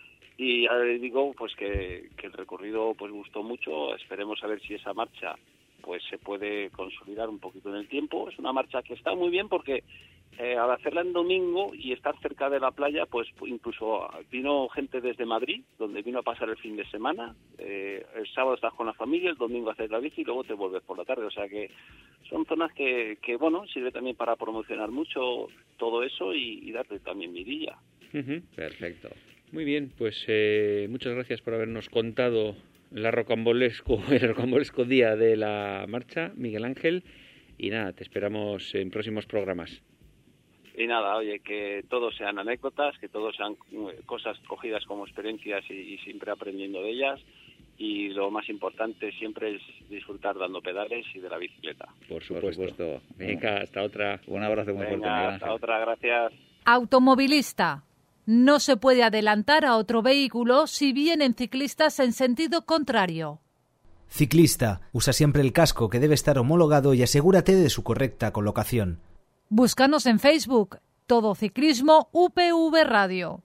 Y digo pues que el recorrido pues gustó mucho. Esperemos a ver si esa marcha pues se puede consolidar un poquito en el tiempo. Es una marcha que está muy bien porque al hacerla en domingo y estar cerca de la playa, pues incluso vino gente desde Madrid, donde vino a pasar el fin de semana. El sábado estás con la familia, el domingo haces la bici y luego te vuelves por la tarde. O sea que son zonas que bueno, sirve también para promocionar mucho todo eso y darte también vidilla. Perfecto. Muy bien, pues muchas gracias por habernos contado el rocambolesco día de la marcha, Miguel Ángel, y nada, te esperamos en próximos programas. Y nada, oye, que todos sean anécdotas, que todos sean cosas cogidas como experiencias y siempre aprendiendo de ellas, y lo más importante siempre es disfrutar dando pedales y de la bicicleta. Por supuesto. Venga, hasta otra. Un abrazo muy fuerte, Miguel Ángel. Hasta otra, gracias. Automovilista. No se puede adelantar a otro vehículo si vienen ciclistas en sentido contrario. Ciclista, usa siempre el casco que debe estar homologado y asegúrate de su correcta colocación. Búscanos en Facebook, Todo Ciclismo UPV Radio.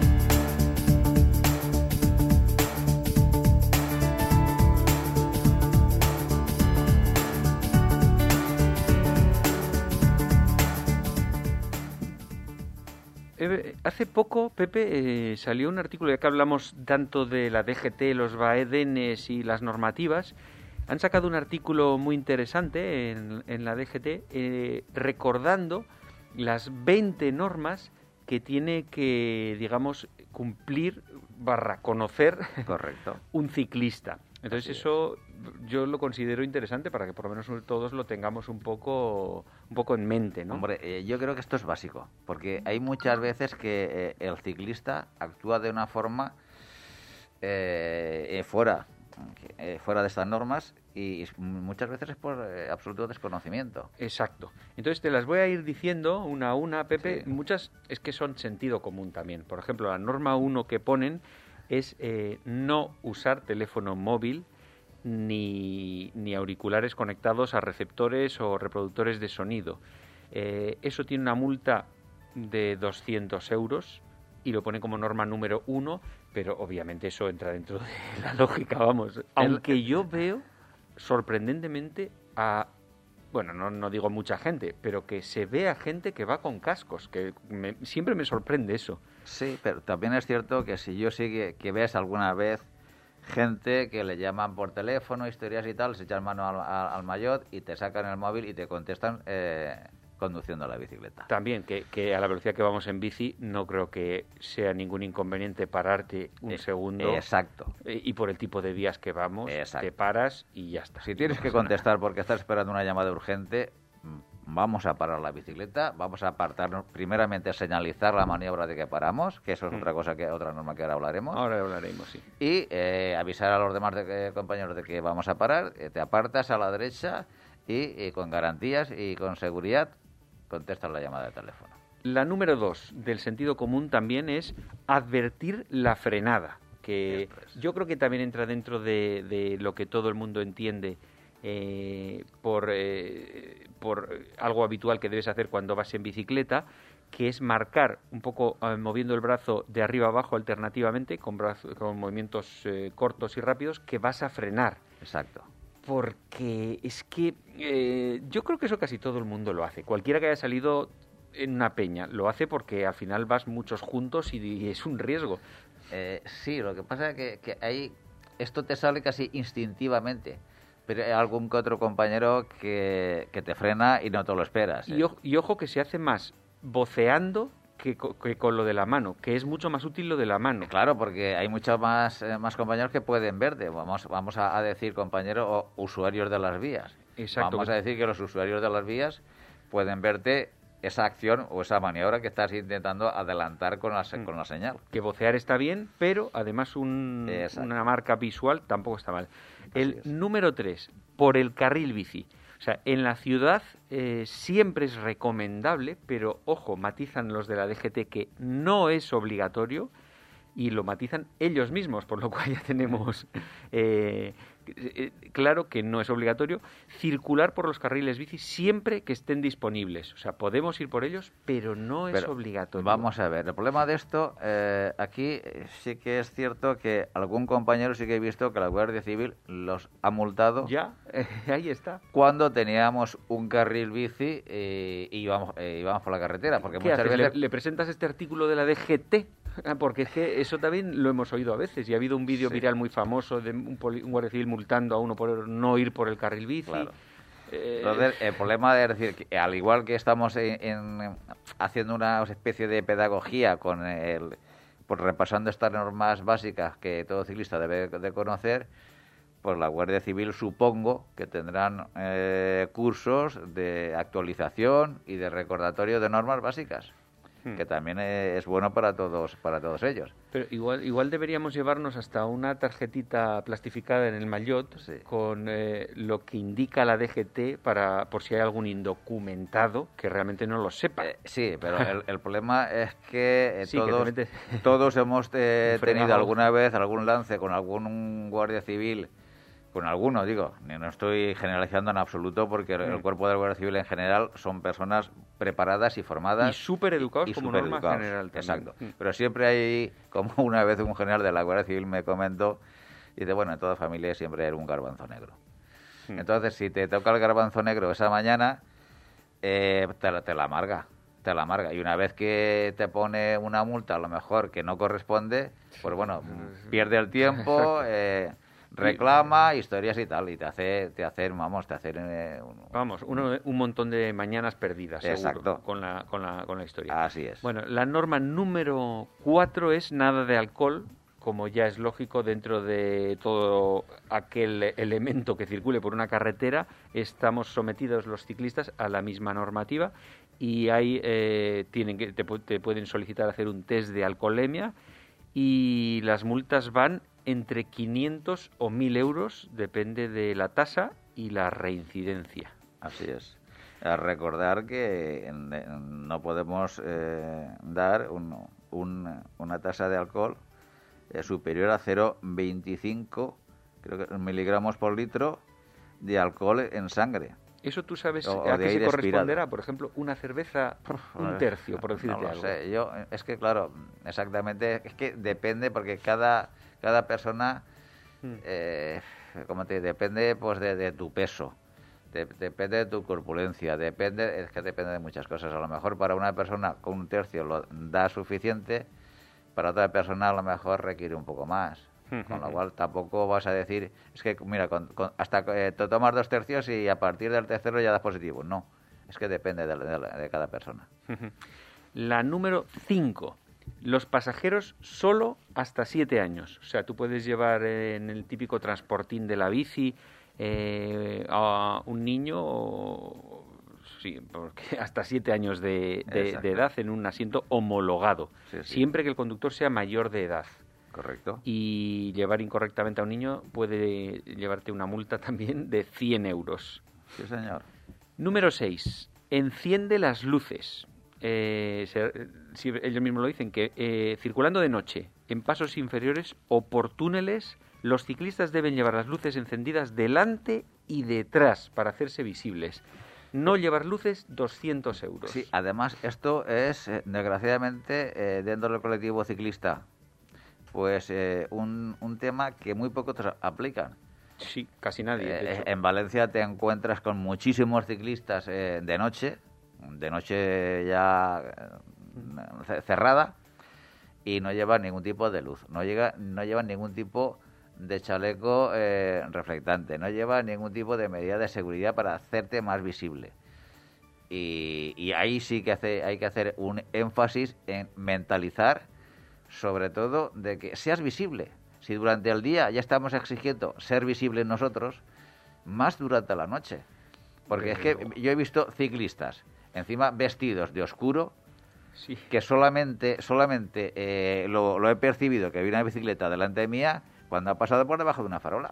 Hace poco, Pepe, salió un artículo, ya que hablamos tanto de la DGT, los badenes y las normativas. Han sacado un artículo muy interesante en la DGT recordando las 20 normas que tiene que, digamos, cumplir / conocer un ciclista. Entonces eso yo lo considero interesante para que por lo menos todos lo tengamos un poco en mente, ¿no? Hombre, yo creo que esto es básico, porque hay muchas veces que el ciclista actúa de una forma fuera fuera de estas normas y muchas veces es por absoluto desconocimiento. Exacto. Entonces te las voy a ir diciendo una a una, Pepe. Sí. Muchas es que son sentido común también. Por ejemplo, la norma 1 que ponen es no usar teléfono móvil ni auriculares conectados a receptores o reproductores de sonido. Eso tiene una multa de 200 euros y lo pone como norma número 1, pero obviamente eso entra dentro de la lógica, vamos. Aunque yo veo, sorprendentemente, bueno, no digo mucha gente, pero que se ve a gente que va con cascos, que siempre me sorprende eso. Sí, pero también es cierto que si yo sí que ves alguna vez gente que le llaman por teléfono, historias y tal, se echan mano al maillot y te sacan el móvil y te contestan conduciendo la bicicleta. También, que a la velocidad que vamos en bici no creo que sea ningún inconveniente pararte un segundo. Exacto. Y por el tipo de vías que vamos, te paras y ya está. Si tienes que contestar porque estás esperando una llamada urgente, vamos a parar la bicicleta, vamos a apartarnos, primeramente a señalizar la maniobra de que paramos, que eso es otra norma que ahora hablaremos. Ahora hablaremos, sí. Y avisar a los demás compañeros de que vamos a parar, te apartas a la derecha y con garantías y con seguridad contestas la llamada de teléfono. La número 2 del sentido común también es advertir la frenada, que yo creo que también entra dentro de lo que todo el mundo entiende por algo habitual que debes hacer cuando vas en bicicleta, que es marcar un poco moviendo el brazo de arriba abajo alternativamente, con movimientos cortos y rápidos, que vas a frenar. Exacto. Porque es que yo creo que eso casi todo el mundo lo hace. Cualquiera que haya salido en una peña lo hace porque al final vas muchos juntos y es un riesgo. Sí, lo que pasa es que ahí esto te sale casi instintivamente. Pero hay algún que otro compañero que te frena y no te lo esperas. Y ojo que se hace más voceando que con lo de la mano, que es mucho más útil lo de la mano. Claro, porque hay muchos más compañeros que pueden verte. Vamos a decir compañeros o usuarios de las vías. Exacto. Vamos a decir que los usuarios de las vías pueden verte esa acción o esa maniobra que estás intentando adelantar con la señal. Que vocear está bien, pero además una marca visual tampoco está mal. El número 3, por el carril bici. O sea, en la ciudad siempre es recomendable, pero ojo, matizan los de la DGT que no es obligatorio y lo matizan ellos mismos, por lo cual ya tenemos claro que no es obligatorio circular por los carriles bici siempre que estén disponibles. O sea, podemos ir por ellos, pero no es obligatorio. Vamos a ver, el problema de esto, aquí sí que es cierto que algún compañero sí que he visto que la Guardia Civil los ha multado. Ya, ahí está. Cuando teníamos un carril bici y íbamos por la carretera. Porque ¿Qué muchas haces? veces ¿Le presentas este artículo de la DGT? Porque es que eso también lo hemos oído a veces y ha habido un vídeo viral muy famoso de un guardia civil multando a uno por no ir por el carril bici. Claro. Entonces, el problema es decir que al igual que estamos haciendo una especie de pedagogía con pues repasando estas normas básicas que todo ciclista debe de conocer, pues la Guardia Civil supongo que tendrán cursos de actualización y de recordatorio de normas básicas, que también es bueno para todos ellos. Pero igual deberíamos llevarnos hasta una tarjetita plastificada en el maillot con lo que indica la DGT por si hay algún indocumentado que realmente no lo sepa. Sí, pero el problema es que sí, todos hemos tenido alguna vez algún lance con algún guardia civil. Con alguno, digo, no estoy generalizando en absoluto porque el cuerpo de la Guardia Civil en general son personas preparadas y formadas. Y súper educados como norma general también. Exacto. Pero siempre hay, como una vez un general de la Guardia Civil me comentó, dice, bueno, en toda familia siempre hay un garbanzo negro. Entonces, si te toca el garbanzo negro esa mañana, te la amarga. Y una vez que te pone una multa, a lo mejor que no corresponde, pues bueno, pierde el tiempo... reclama historias y tal, y te hacen un montón de mañanas perdidas, exacto, seguro, con la historia. Así es. Bueno, la norma número 4 es nada de alcohol, como ya es lógico dentro de todo aquel elemento que circule por una carretera. Estamos sometidos los ciclistas a la misma normativa y ahí te pueden solicitar hacer un test de alcoholemia y las multas van entre 500 o 1.000 euros, depende de la tasa y la reincidencia. Así es. Recordar que no podemos dar una tasa de alcohol superior a 0,25 creo que miligramos por litro de alcohol en sangre. ¿Eso tú sabes O a de qué se aire corresponderá? expirado. Por ejemplo, una cerveza, un tercio, por decirte No lo algo. sé. Es que, claro, exactamente, es que depende, porque cada persona, depende pues de tu peso, depende de tu corpulencia, es que depende de muchas cosas. A lo mejor para una persona con un tercio lo da suficiente, para otra persona a lo mejor requiere un poco más. Con lo cual tampoco vas a decir, es que mira, hasta te tomas 2 tercios y a partir del tercero ya das positivo. No, es que depende de cada persona. La número 5. Los pasajeros solo hasta 7 años. O sea, tú puedes llevar en el típico transportín de la bici a un niño, sí, porque hasta 7 años de edad en un asiento homologado. Sí. Siempre que el conductor sea mayor de edad. Correcto. Y llevar incorrectamente a un niño puede llevarte una multa también de 100 euros. Sí, señor. Número 6. Enciende las luces. Ellos mismos lo dicen, que circulando de noche, en pasos inferiores o por túneles, los ciclistas deben llevar las luces encendidas delante y detrás para hacerse visibles. No llevar luces, 200 euros. Sí, además esto es, desgraciadamente, dentro del colectivo ciclista, pues un tema que muy pocos aplican. Sí, casi nadie. De hecho. En Valencia te encuentras con muchísimos ciclistas de noche ya cerrada, y no llevan ningún tipo de luz, no llevan ningún tipo de chaleco reflectante, no llevan ningún tipo de medida de seguridad para hacerte más visible. Y ahí sí que hay que hacer un énfasis en mentalizar, sobre todo, de que seas visible. Si durante el día ya estamos exigiendo ser visibles nosotros, más durante la noche. Porque es que yo he visto ciclistas, encima vestidos de oscuro, sí, que solamente lo he percibido, que había una bicicleta delante mía cuando ha pasado por debajo de una farola.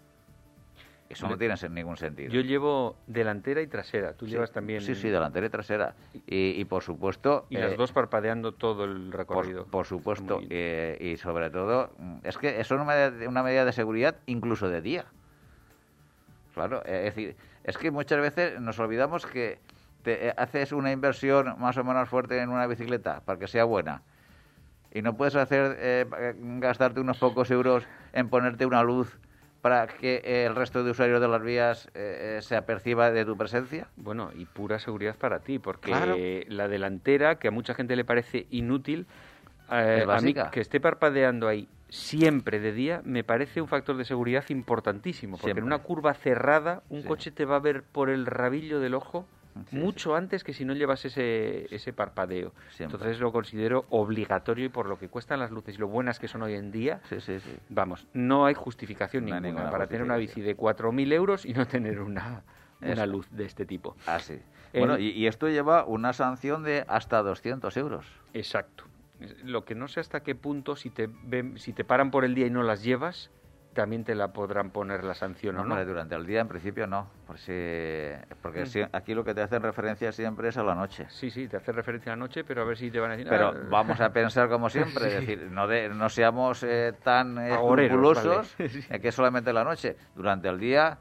Eso no tiene ningún sentido. Yo llevo delantera y trasera. Tú llevas también... Sí, delantera y trasera. Y por supuesto... Y las dos parpadeando todo el recorrido. Por supuesto. Y sobre todo, es que eso es una medida de seguridad incluso de día. Claro, es decir, es que muchas veces nos olvidamos que te haces una inversión más o menos fuerte en una bicicleta para que sea buena. Y no puedes gastarte unos pocos euros en ponerte una luz para que el resto de usuarios de las vías se aperciba de tu presencia. Bueno, y pura seguridad para ti, porque claro, la delantera, que a mucha gente le parece inútil, a mí que esté parpadeando ahí siempre de día, me parece un factor de seguridad importantísimo, porque siempre. En una curva cerrada un coche te va a ver por el rabillo del ojo mucho antes que si no llevas ese parpadeo. Siempre. Entonces lo considero obligatorio, y por lo que cuestan las luces y lo buenas que son hoy en día, vamos, no hay justificación ninguna para tener una bici de 4.000 euros y no tener una luz de este tipo. Sí. Bueno, y esto lleva una sanción de hasta 200 euros. Exacto. Lo que no sé hasta qué punto, si te paran por el día y no las llevas, también te la podrán poner la sanción, ¿o no? Hombre, durante el día en principio no, porque aquí lo que te hacen referencia siempre es a la noche. Sí, te hace referencia a la noche, pero a ver si te van a decir... Pero vamos a pensar como siempre, es decir, no seamos tan escrupulosos, vale. Que solamente la noche. Durante el día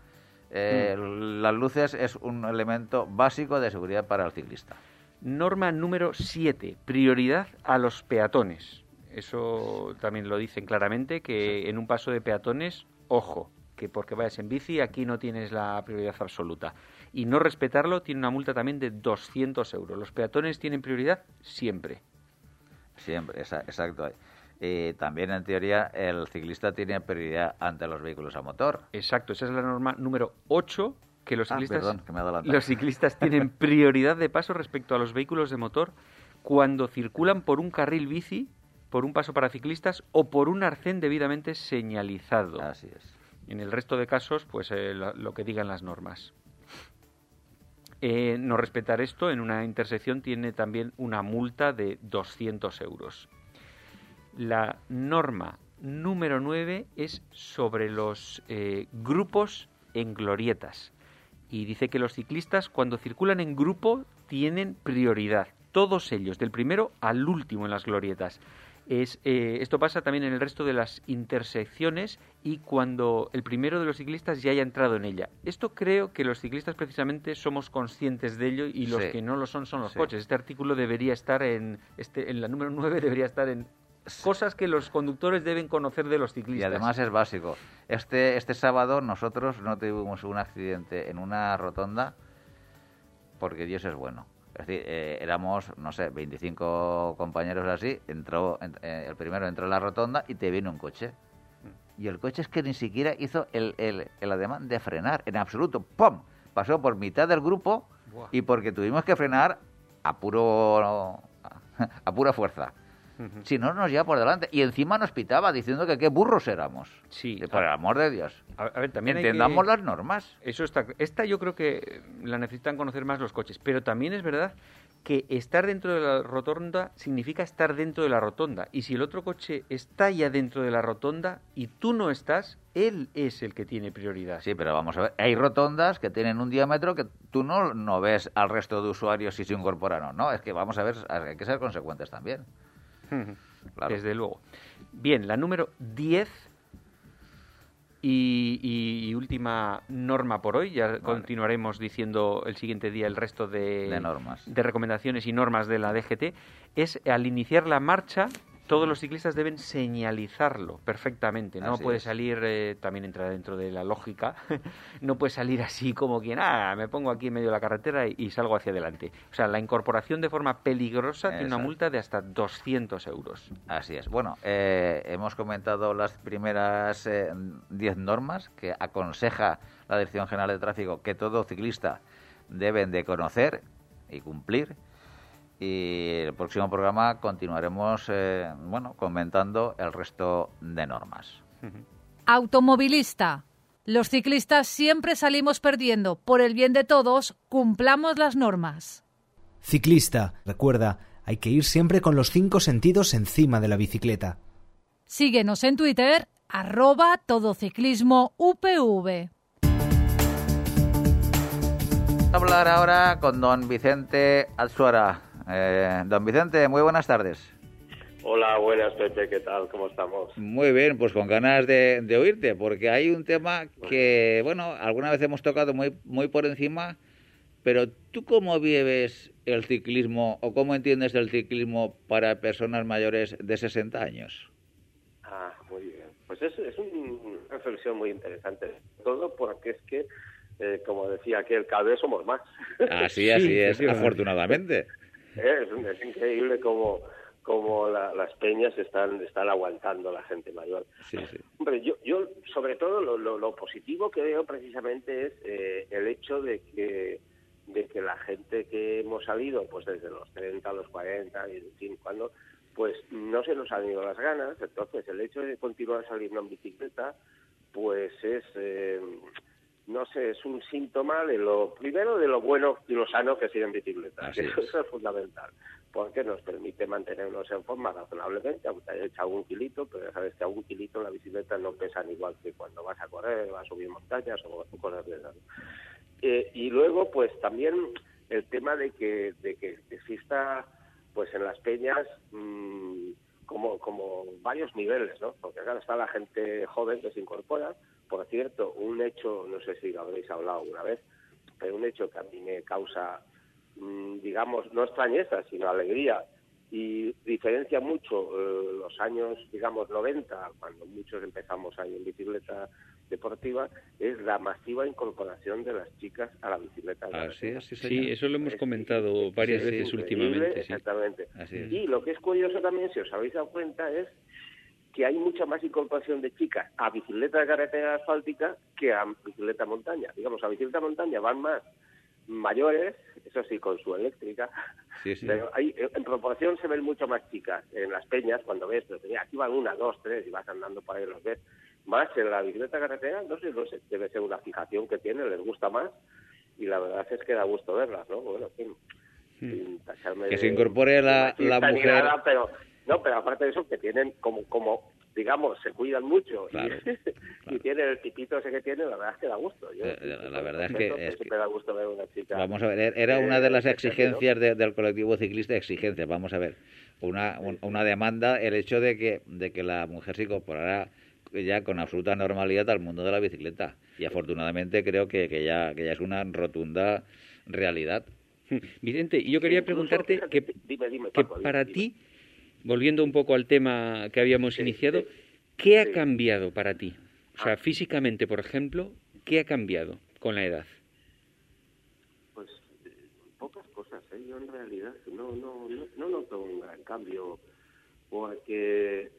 las luces es un elemento básico de seguridad para el ciclista. Norma número 7, prioridad a los peatones. Eso también lo dicen claramente, que en un paso de peatones, ojo, que porque vayas en bici aquí no tienes la prioridad absoluta. Y no respetarlo tiene una multa también de 200 euros. Los peatones tienen prioridad siempre. Siempre, exacto. También, en teoría, el ciclista tiene prioridad ante los vehículos a motor. Exacto, esa es la norma número 8, que los ciclistas, perdón, que me he adelantado. Los ciclistas tienen prioridad de paso respecto a los vehículos de motor cuando circulan por un carril bici, por un paso para ciclistas o por un arcén debidamente señalizado. Así es. En el resto de casos, pues lo que digan las normas. No respetar esto en una intersección tiene también una multa de 200 euros. La norma número 9 es sobre los grupos en glorietas. Y dice que los ciclistas, cuando circulan en grupo, tienen prioridad. Todos ellos, del primero al último en las glorietas. Esto pasa también en el resto de las intersecciones y cuando el primero de los ciclistas ya haya entrado en ella. Esto creo que los ciclistas precisamente somos conscientes de ello y los que no lo son los coches. Este artículo debería estar en la número 9, debería estar en cosas que los conductores deben conocer de los ciclistas. Y además es básico. Este sábado nosotros no tuvimos un accidente en una rotonda porque Dios es bueno. Es decir, éramos, no sé, 25 compañeros así, el primero entró en la rotonda y te viene un coche. Y el coche es que ni siquiera hizo el ademán de frenar, en absoluto. ¡Pum! Pasó por mitad del grupo. Buah. Y porque tuvimos que frenar a pura fuerza. Uh-huh. Si no, nos lleva por delante. Y encima nos pitaba diciendo que qué burros éramos. Sí. Por el amor de Dios. A ver, también entendamos las normas. Eso esta yo creo que la necesitan conocer más los coches. Pero también es verdad que estar dentro de la rotonda significa estar dentro de la rotonda. Y si el otro coche está ya dentro de la rotonda y tú no estás, él es el que tiene prioridad. Sí, pero vamos a ver. Hay rotondas que tienen un diámetro que tú no ves al resto de usuarios si se incorporan o no. Es que vamos a ver, hay que ser consecuentes también. Claro. Desde luego. Bien, la número 10 y última norma por hoy. Ya continuaremos diciendo el siguiente día el resto de normas, de recomendaciones y normas de la DGT. Es al iniciar la marcha, todos los ciclistas deben señalizarlo perfectamente. No puede salir, también entra dentro de la lógica, no puede salir así como quien, me pongo aquí en medio de la carretera y salgo hacia adelante. O sea, la incorporación de forma peligrosa tiene una multa de hasta 200 euros. Así es. Bueno, hemos comentado las primeras 10 normas que aconseja la Dirección General de Tráfico que todo ciclista deben de conocer y cumplir. Y el próximo programa continuaremos comentando el resto de normas. Automovilista. Los ciclistas siempre salimos perdiendo. Por el bien de todos, cumplamos las normas. Ciclista. Recuerda, hay que ir siempre con los 5 sentidos encima de la bicicleta. Síguenos en Twitter, @todociclismoupv. Hablar ahora con don Vicente Alzuara. Don Vicente, muy buenas tardes. Hola, buenas, Pepe, ¿qué tal? ¿Cómo estamos? Muy bien, pues con ganas de oírte, porque hay un tema que, alguna vez hemos tocado muy por encima, pero ¿tú cómo vives el ciclismo o cómo entiendes el ciclismo para personas mayores de 60 años? Muy bien. Pues es una reflexión muy interesante, todo porque es que, como decía aquel, cada vez somos más. Así es, afortunadamente. Es increíble cómo las peñas están aguantando la gente mayor. Sí. Hombre, yo sobre todo lo positivo que veo precisamente es el hecho de que la gente que hemos salido pues desde los 30 a los 40 y en fin, cuando pues no se nos han ido las ganas. Entonces el hecho de continuar saliendo en bicicleta pues es es un síntoma de lo bueno y lo sano que es ir en bicicleta. Eso es fundamental, porque nos permite mantenernos en forma razonablemente, aunque haya hecho algún kilito, pero ya sabes que algún kilito en la bicicleta no pesan igual que cuando vas a correr, vas a subir montañas o cosas de esas. Y luego, pues también el tema de que exista, pues en las peñas, como varios niveles, ¿no? Porque acá está la gente joven que se incorpora. Por cierto, un hecho, no sé si lo habréis hablado alguna vez, pero un hecho que a mí me causa, digamos, no extrañeza, sino alegría, y diferencia mucho los años, digamos, 90, cuando muchos empezamos ahí en bicicleta deportiva, es la masiva incorporación de las chicas a la bicicleta. Sí, eso lo hemos comentado varias veces últimamente. Exactamente. Y lo que es curioso también, si os habéis dado cuenta, es que hay mucha más incorporación de chicas a bicicleta de carretera asfáltica que a bicicleta montaña. Digamos, a bicicleta montaña van más mayores, eso sí, con su eléctrica, pero en proporción se ven mucho más chicas en las peñas cuando ves, pero aquí van 1, 2, 3 y vas andando por ahí los ves. Más en la bicicleta carretera, no sé, debe ser una fijación que tienen, les gusta más y la verdad es que da gusto verlas, ¿no? Bueno, sin tacharme que se incorpore la mujer. Nada, pero aparte de eso, que tienen como digamos, se cuidan mucho claro. y tienen el tipito ese que tienen, la verdad es que da gusto. La verdad es que siempre da gusto ver una chica. Vamos a ver, era una de las exigencias del colectivo ciclista, exigencias. Vamos a ver, una demanda, el hecho de que la mujer se incorporara ya con absoluta normalidad al mundo de la bicicleta. Y afortunadamente creo que ya es una rotunda realidad. Vicente, yo quería preguntarte Dime, que Paco, para dime. ti, volviendo un poco al tema que habíamos iniciado, ¿qué ha cambiado para ti? O sea, físicamente, por ejemplo, ¿qué ha cambiado con la edad? Pues pocas cosas, ¿eh? Yo en realidad no noto un gran cambio, porque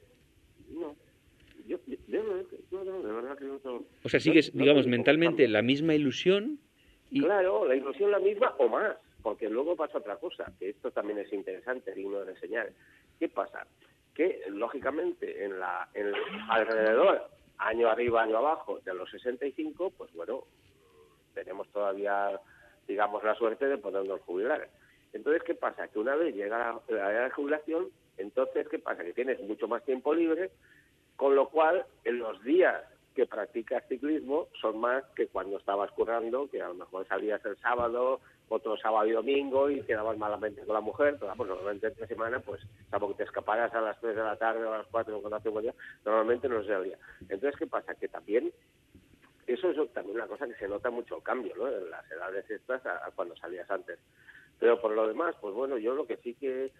yo de verdad que no noto. O sea, sigues, digamos, mentalmente la misma ilusión. Claro, la ilusión la misma o más, porque luego pasa otra cosa, que esto también es interesante, digno de reseñar. ¿Qué pasa? Que, lógicamente, alrededor, año arriba, año abajo, de los 65, pues bueno, tenemos todavía, digamos, la suerte de podernos jubilar. Entonces, ¿qué pasa? Que una vez llega la edad de jubilación, entonces, ¿qué pasa? Que tienes mucho más tiempo libre, con lo cual, en los días que practicas ciclismo son más que cuando estabas currando, que a lo mejor salías el sábado, otro sábado y domingo y quedabas malamente con la mujer, pero pues, normalmente entre semana, pues, salvo que te escaparas a las 3 de la tarde o a las 4 cuando hace buen día, normalmente no se salía. Entonces, ¿qué pasa? Que también, eso es también una cosa que se nota mucho el cambio, ¿no? En las edades estas a cuando salías antes. Pero por lo demás, pues bueno, yo lo que sí que,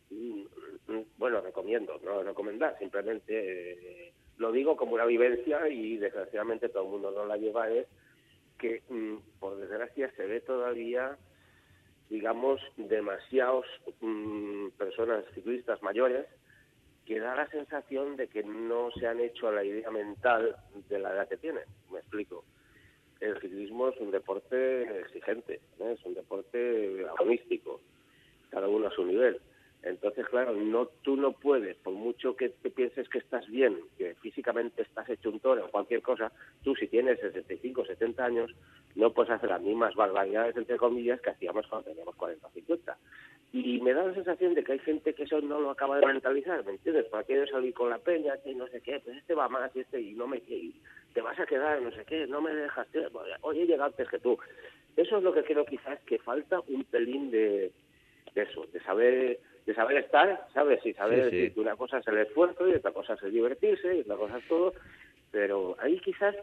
recomiendo, no recomendar, simplemente lo digo como una vivencia y desgraciadamente todo el mundo no la lleva, es que por desgracia se ve todavía, digamos, demasiados personas ciclistas mayores que da la sensación de que no se han hecho a la idea mental de la edad que tienen. Me explico. El ciclismo es un deporte exigente, ¿no? Es un deporte agonístico, cada uno a su nivel. Entonces, claro, tú no puedes, por mucho que te pienses que estás bien, que físicamente estás hecho un toro o cualquier cosa, tú si tienes 65, 70 años, no puedes hacer las mismas barbaridades, entre comillas, que hacíamos cuando teníamos 40 o 50. Y me da la sensación de que hay gente que eso no lo acaba de mentalizar, ¿me entiendes? Para quieren salir con la peña, que no sé qué, pues este va más y no me... Y te vas a quedar, no sé qué, no me dejas... Oye, he llegado antes que tú. Eso es lo que creo quizás que falta un pelín de eso, de saber estar, ¿sabes? Y saber decir que una cosa es el esfuerzo y otra cosa es el divertirse y otra cosa es todo, pero ahí quizás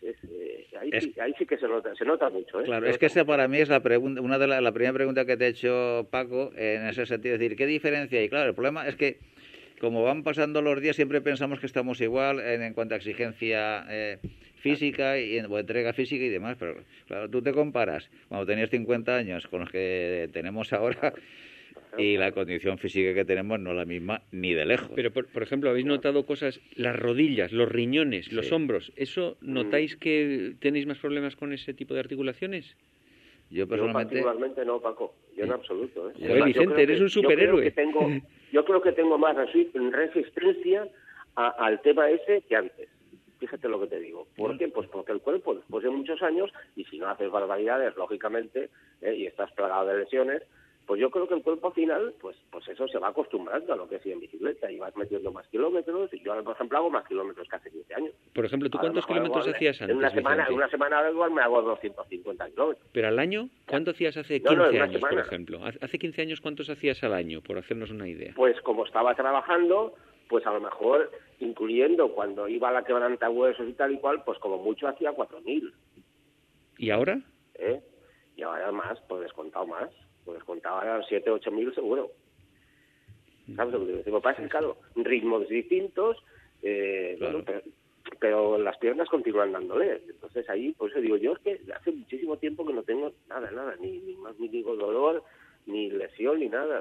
ahí sí que se nota mucho, ¿eh? Claro, es que esa para mí es la pregunta, la primera pregunta que te ha hecho Paco, en ese sentido, es decir, ¿qué diferencia hay? Claro, el problema es que como van pasando los días siempre pensamos que estamos igual en cuanto a exigencia física y o entrega física y demás, pero claro, tú te comparas cuando tenías 50 años con los que tenemos ahora y la condición física que tenemos no es la misma ni de lejos. Pero, por ejemplo, ¿habéis notado cosas, las rodillas, los riñones, los hombros? ¿Eso notáis que tenéis más problemas con ese tipo de articulaciones? Yo personalmente... particularmente no, Paco. Yo en absoluto, ¿eh? Joder, Vicente, eres un superhéroe. Yo creo que tengo más resistencia al tema ese que antes. Fíjate lo que te digo. ¿Por qué? Pues porque el cuerpo, después de muchos años, y si no haces barbaridades, lógicamente, y estás plagado de lesiones, pues yo creo que el cuerpo al final, pues eso se va acostumbrando a lo que es ir en bicicleta y vas metiendo más kilómetros. Y yo ahora, por ejemplo, hago más kilómetros que hace 15 años. Por ejemplo, ¿tú cuántos kilómetros hacías antes? En una semana igual me hago 250 kilómetros. ¿Pero al año? ¿Cuánto hacías hace 15 años, por ejemplo? ¿Hace 15 años cuántos hacías al año, por hacernos una idea? Pues como estaba trabajando, pues a lo mejor, incluyendo cuando iba a la quebrantahuesos y tal y cual, pues como mucho hacía 4.000. ¿Y ahora? Y ahora más, pues descontado más. Pues contaba 7 o 8.000 seguro. ¿Sabes lo que te digo? Pasa que, claro, ritmos distintos, claro. Bueno, pero las piernas continúan dándole. Entonces ahí, por eso digo yo, es que hace muchísimo tiempo que no tengo nada, ni dolor, ni lesión, ni nada.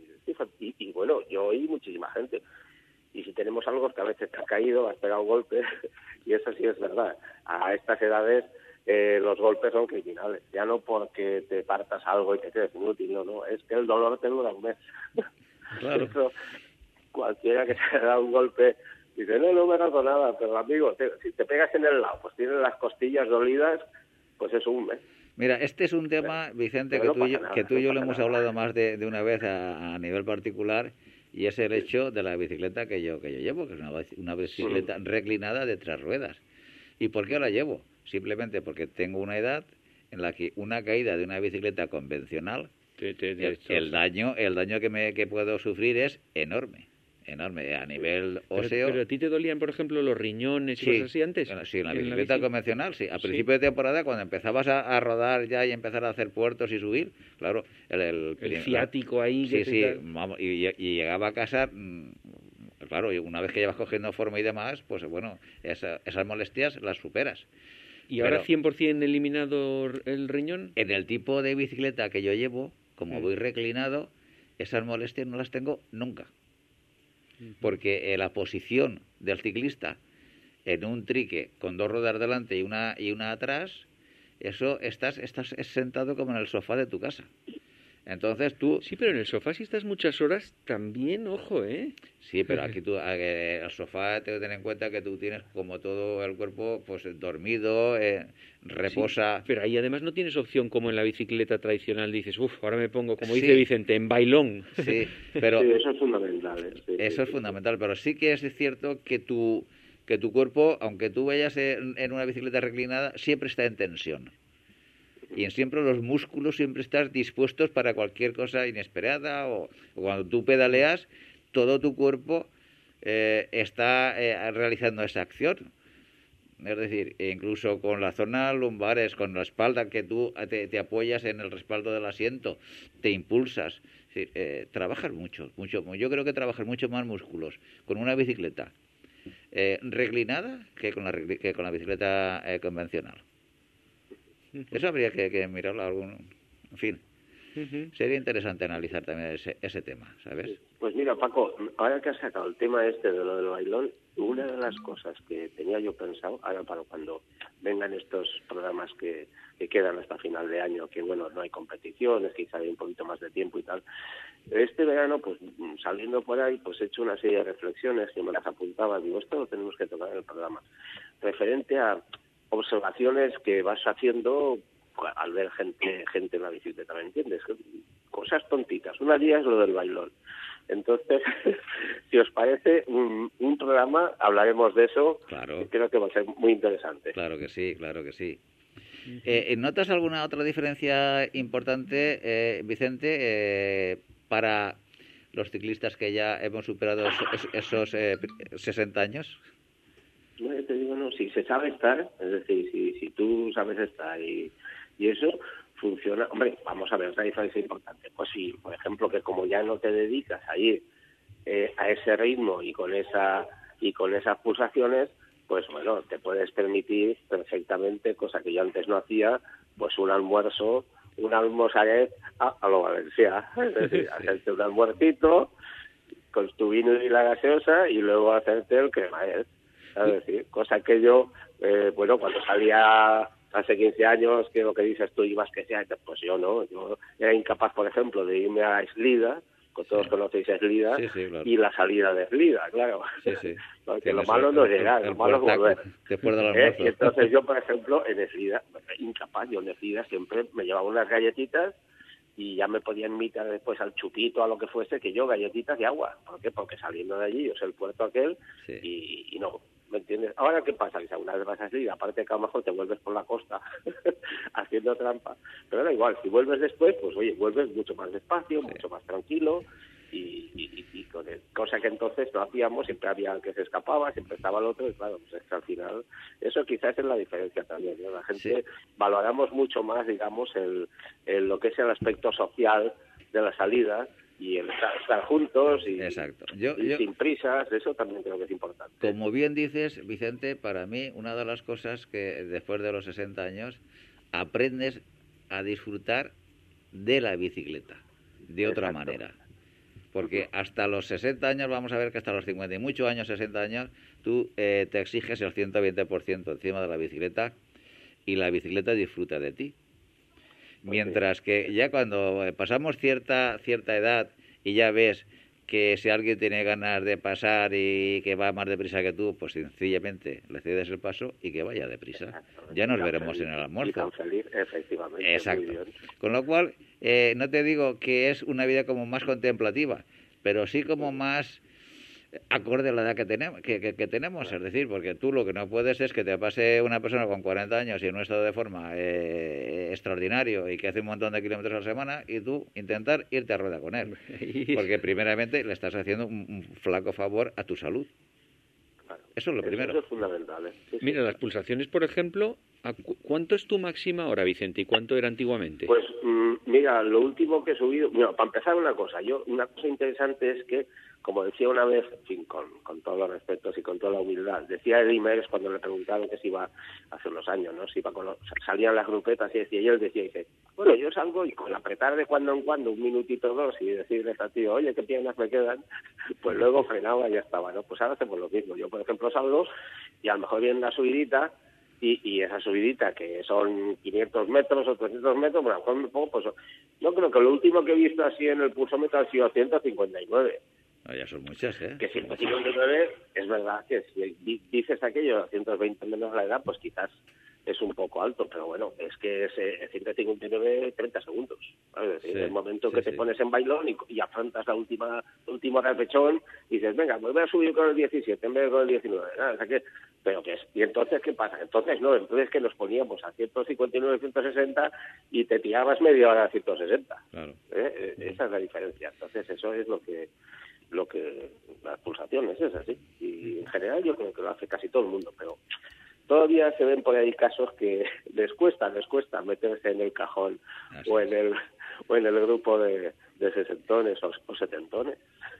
Y bueno, yo oí muchísima gente. Y si tenemos algo es que a veces te has caído, has pegado un golpe, y eso sí es verdad. A estas edades... los golpes son criminales, ya no porque te partas algo y te quedes inútil, no, es que el dolor te dura un mes. Claro. Eso, cualquiera que se da un golpe dice, no me hago nada, pero amigo, si te pegas en el lado, pues tienes las costillas dolidas, pues es un mes. Mira, este es un tema, Vicente, que tú y yo lo hemos hablado más de una vez a nivel particular, y es el hecho de la bicicleta que yo llevo, que es una bicicleta reclinada de 3 ruedas. ¿Y por qué la llevo? Simplemente porque tengo una edad en la que una caída de una bicicleta convencional, el daño que puedo sufrir es enorme a nivel óseo. Pero a ti te dolían, por ejemplo, los riñones y cosas así antes. Sí, en la bicicleta convencional, sí. Al principio de temporada, cuando empezabas a rodar ya y empezar a hacer puertos y subir, claro, el ciático ahí. Sí, vamos, y llegaba a casa, claro, y una vez que ya vas cogiendo forma y demás, pues bueno, esas molestias las superas. ¿Y ahora 100% eliminado el riñón? En el tipo de bicicleta que yo llevo, como voy reclinado, esas molestias no las tengo nunca. Porque la posición del ciclista en un trique con 2 ruedas delante y una atrás, eso estás sentado como en el sofá de tu casa. Entonces tú... Sí, pero en el sofá si estás muchas horas también, ojo, ¿eh? Sí, pero aquí tú, el sofá, te ten en cuenta que tú tienes como todo el cuerpo pues dormido, reposa... Sí, pero ahí además no tienes opción como en la bicicleta tradicional, dices, ahora me pongo, como dice Vicente, en bailón. Sí, pero... Sí, eso es fundamental. Eso es fundamental, pero sí que es cierto que tu cuerpo, aunque tú vayas en una bicicleta reclinada, siempre está en tensión. Y siempre los músculos siempre estás dispuestos para cualquier cosa inesperada, o cuando tú pedaleas, todo tu cuerpo está realizando esa acción. Es decir, incluso con las zonas lumbares, con la espalda, que tú te apoyas en el respaldo del asiento, te impulsas. Es decir, trabajas mucho. Yo creo que trabajas mucho más músculos con una bicicleta reclinada que con la bicicleta convencional. Eso habría que mirarlo en fin. Sería interesante analizar también ese tema, ¿sabes? Pues mira, Paco, ahora que has sacado el tema de lo del bailón, una de las cosas que tenía yo pensado, ahora para cuando vengan estos programas que quedan hasta final de año, que bueno, no hay competiciones, quizá hay un poquito más de tiempo y tal, este verano, pues saliendo por ahí, pues he hecho una serie de reflexiones que me las apuntaba, digo, esto lo tenemos que tocar en el programa, referente a observaciones que vas haciendo al ver gente en la bicicleta, ¿me entiendes? Cosas tontitas. Una de ellas es lo del bailón. Entonces, si os parece, un programa, hablaremos de eso. Claro. Creo que va a ser muy interesante. Claro que sí. ¿Notas alguna otra diferencia importante, Vicente, para los ciclistas que ya hemos superado esos 60 años? No, te digo, no, si se sabe estar, es decir, si tú sabes estar y eso funciona. Hombre, vamos a ver, otra diferencia importante. Pues sí, por ejemplo, que como ya no te dedicas a ir a ese ritmo y con esas pulsaciones, pues bueno, te puedes permitir perfectamente, cosa que yo antes no hacía, pues un almorzaré a lo Valencia. Es decir, hacerte un almuercito con tu vino y la gaseosa y luego hacerte el cremaet. Es decir, cosa que yo, bueno, cuando salía hace 15 años, que lo que dices tú ibas que sea, pues yo no, yo era incapaz, por ejemplo, de irme a Eslida, con todos conocéis Eslida, claro. Y la salida de Eslida, claro. Sí. Porque lo malo no es llegar, lo malo es volver. Después del almuerzo. Y entonces yo, por ejemplo, en Eslida, incapaz, yo en Eslida siempre me llevaba unas galletitas y ya me podían invitar después al chupito, a lo que fuese, que yo galletitas y agua. ¿Por qué? Porque saliendo de allí, yo sé el puerto aquel, y no, ¿me entiendes? Ahora, ¿qué pasa? Que una vez vas a salir, aparte que a lo mejor te vuelves por la costa haciendo trampa, pero da igual, si vuelves después, pues oye, vuelves mucho más despacio, mucho más tranquilo, y con cosa que entonces no hacíamos, siempre había el que se escapaba, siempre estaba el otro, y claro, pues es que al final, eso quizás es la diferencia también, ¿no? La gente valoramos mucho más, digamos, lo que es el aspecto social de la salida, y el estar juntos y sin prisas, eso también creo que es importante. Como bien dices, Vicente, para mí una de las cosas que después de los 60 años aprendes a disfrutar de la bicicleta de otra manera. Porque hasta los 60 años, vamos a ver que hasta los 50 y muchos años, 60 años, tú te exiges el 120% encima de la bicicleta y la bicicleta disfruta de ti. Mientras que ya cuando pasamos cierta edad y ya ves que si alguien tiene ganas de pasar y que va más deprisa que tú, pues sencillamente le cedes el paso y que vaya deprisa. Ya nos veremos en el almuerzo. Y tan feliz, efectivamente. Exacto. Con lo cual, no te digo que es una vida como más contemplativa, pero sí como más acorde a la edad que tenemos, es decir, porque tú lo que no puedes es que te pase una persona con 40 años y en un estado de forma extraordinario y que hace un montón de kilómetros a la semana y tú intentar irte a rueda con él, porque primeramente le estás haciendo un flaco favor a tu salud. Eso es lo primero. Eso es fundamental. Sí, Mira, las pulsaciones, por ejemplo, ¿cuánto es tu máxima ahora, Vicente, y cuánto era antiguamente? Pues mira, lo último que he subido... Mira, para empezar una cosa interesante es que, como decía una vez, en fin, con todos los respetos y con toda la humildad, decía Eddie Merckx cuando le preguntaron que si iba hace unos años, ¿no? Si iba salían las grupetas y decía, y él decía, dice, bueno, yo salgo y con apretar de cuando en cuando, 1 minutito 2 y decirle a tío, oye, ¿qué piernas me quedan? Pues luego frenaba y ya estaba, ¿no? Pues ahora hacemos lo mismo. Yo, por ejemplo, salgo y a lo mejor viene una subidita y esa subidita que son 500 metros o 300 metros, bueno, a lo mejor me pongo, pues yo creo que lo último que he visto así en el pulsómetro ha sido 159. Ya son muchas, ¿eh? Que 159 es verdad que si dices aquello, 120 menos la edad, pues quizás es un poco alto, pero bueno, es que es 159 30 segundos. ¿Sabes? Es decir, el momento que te pones en bailón y afrontas el último repechón y dices, venga, pues voy a subir con el 17 en vez de con el 19. ¿No? O sea que, ¿y entonces qué pasa? Entonces que nos poníamos a 159, 160 y te tirabas media hora a 160. Claro. Esa es la diferencia. Entonces eso es lo que las pulsaciones es así. Y en general yo creo que lo hace casi todo el mundo, pero todavía se ven por ahí casos que les cuesta meterse en el cajón o en el grupo de sesentones o setentones.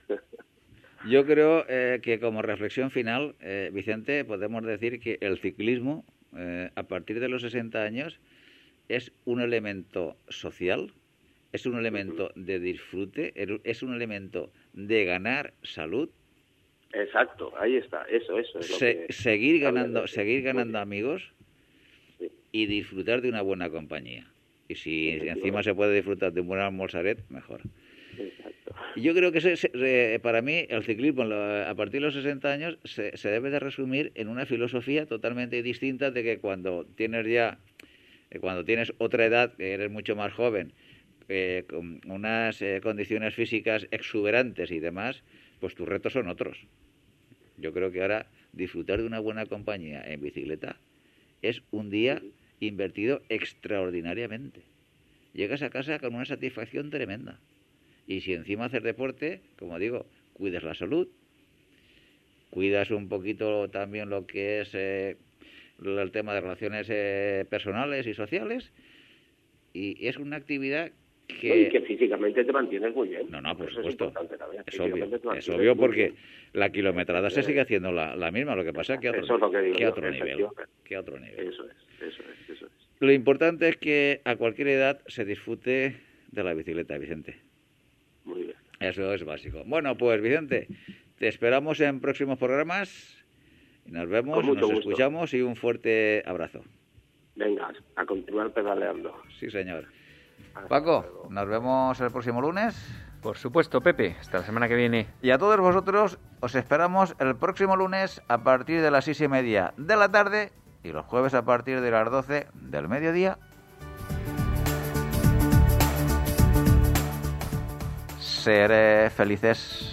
Yo creo que como reflexión final, Vicente, podemos decir que el ciclismo a partir de los 60 años es un elemento social, es un elemento de disfrute, es un elemento de ganar salud. Exacto, ahí está, eso es lo que... seguir ganando amigos y disfrutar de una buena compañía. Y si encima se puede disfrutar de un buen almorzaret, mejor. Exacto. Yo creo que para mí el ciclismo a partir de los 60 años se debe de resumir en una filosofía totalmente distinta de que cuando tienes otra edad, que eres mucho más joven, con unas condiciones físicas exuberantes y demás, pues tus retos son otros. Yo creo que ahora disfrutar de una buena compañía en bicicleta es un día invertido extraordinariamente. Llegas a casa con una satisfacción tremenda. Y si encima haces deporte, como digo, cuidas la salud, cuidas un poquito también lo que es el tema de relaciones personales y sociales, y es una actividad y que físicamente te mantienes muy bien. No, por supuesto. Es obvio porque la kilometrada se sigue haciendo la misma, lo que pasa es que a otro nivel. Eso es. Lo importante es que a cualquier edad se disfrute de la bicicleta, Vicente. Muy bien. Eso es básico. Bueno, pues Vicente, te esperamos en próximos programas. Nos vemos, nos escuchamos y un fuerte abrazo. Venga, a continuar pedaleando. Sí, señor. Paco, nos vemos el próximo lunes. Por supuesto, Pepe. Hasta la semana que viene. Y a todos vosotros os esperamos el próximo lunes a partir de las 6:30 de la tarde y los jueves a partir de las 12 del mediodía. Seré felices.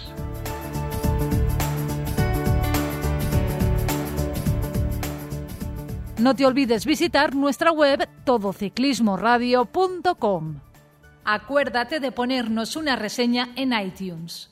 No te olvides visitar nuestra web todociclismoradio.com. Acuérdate de ponernos una reseña en iTunes.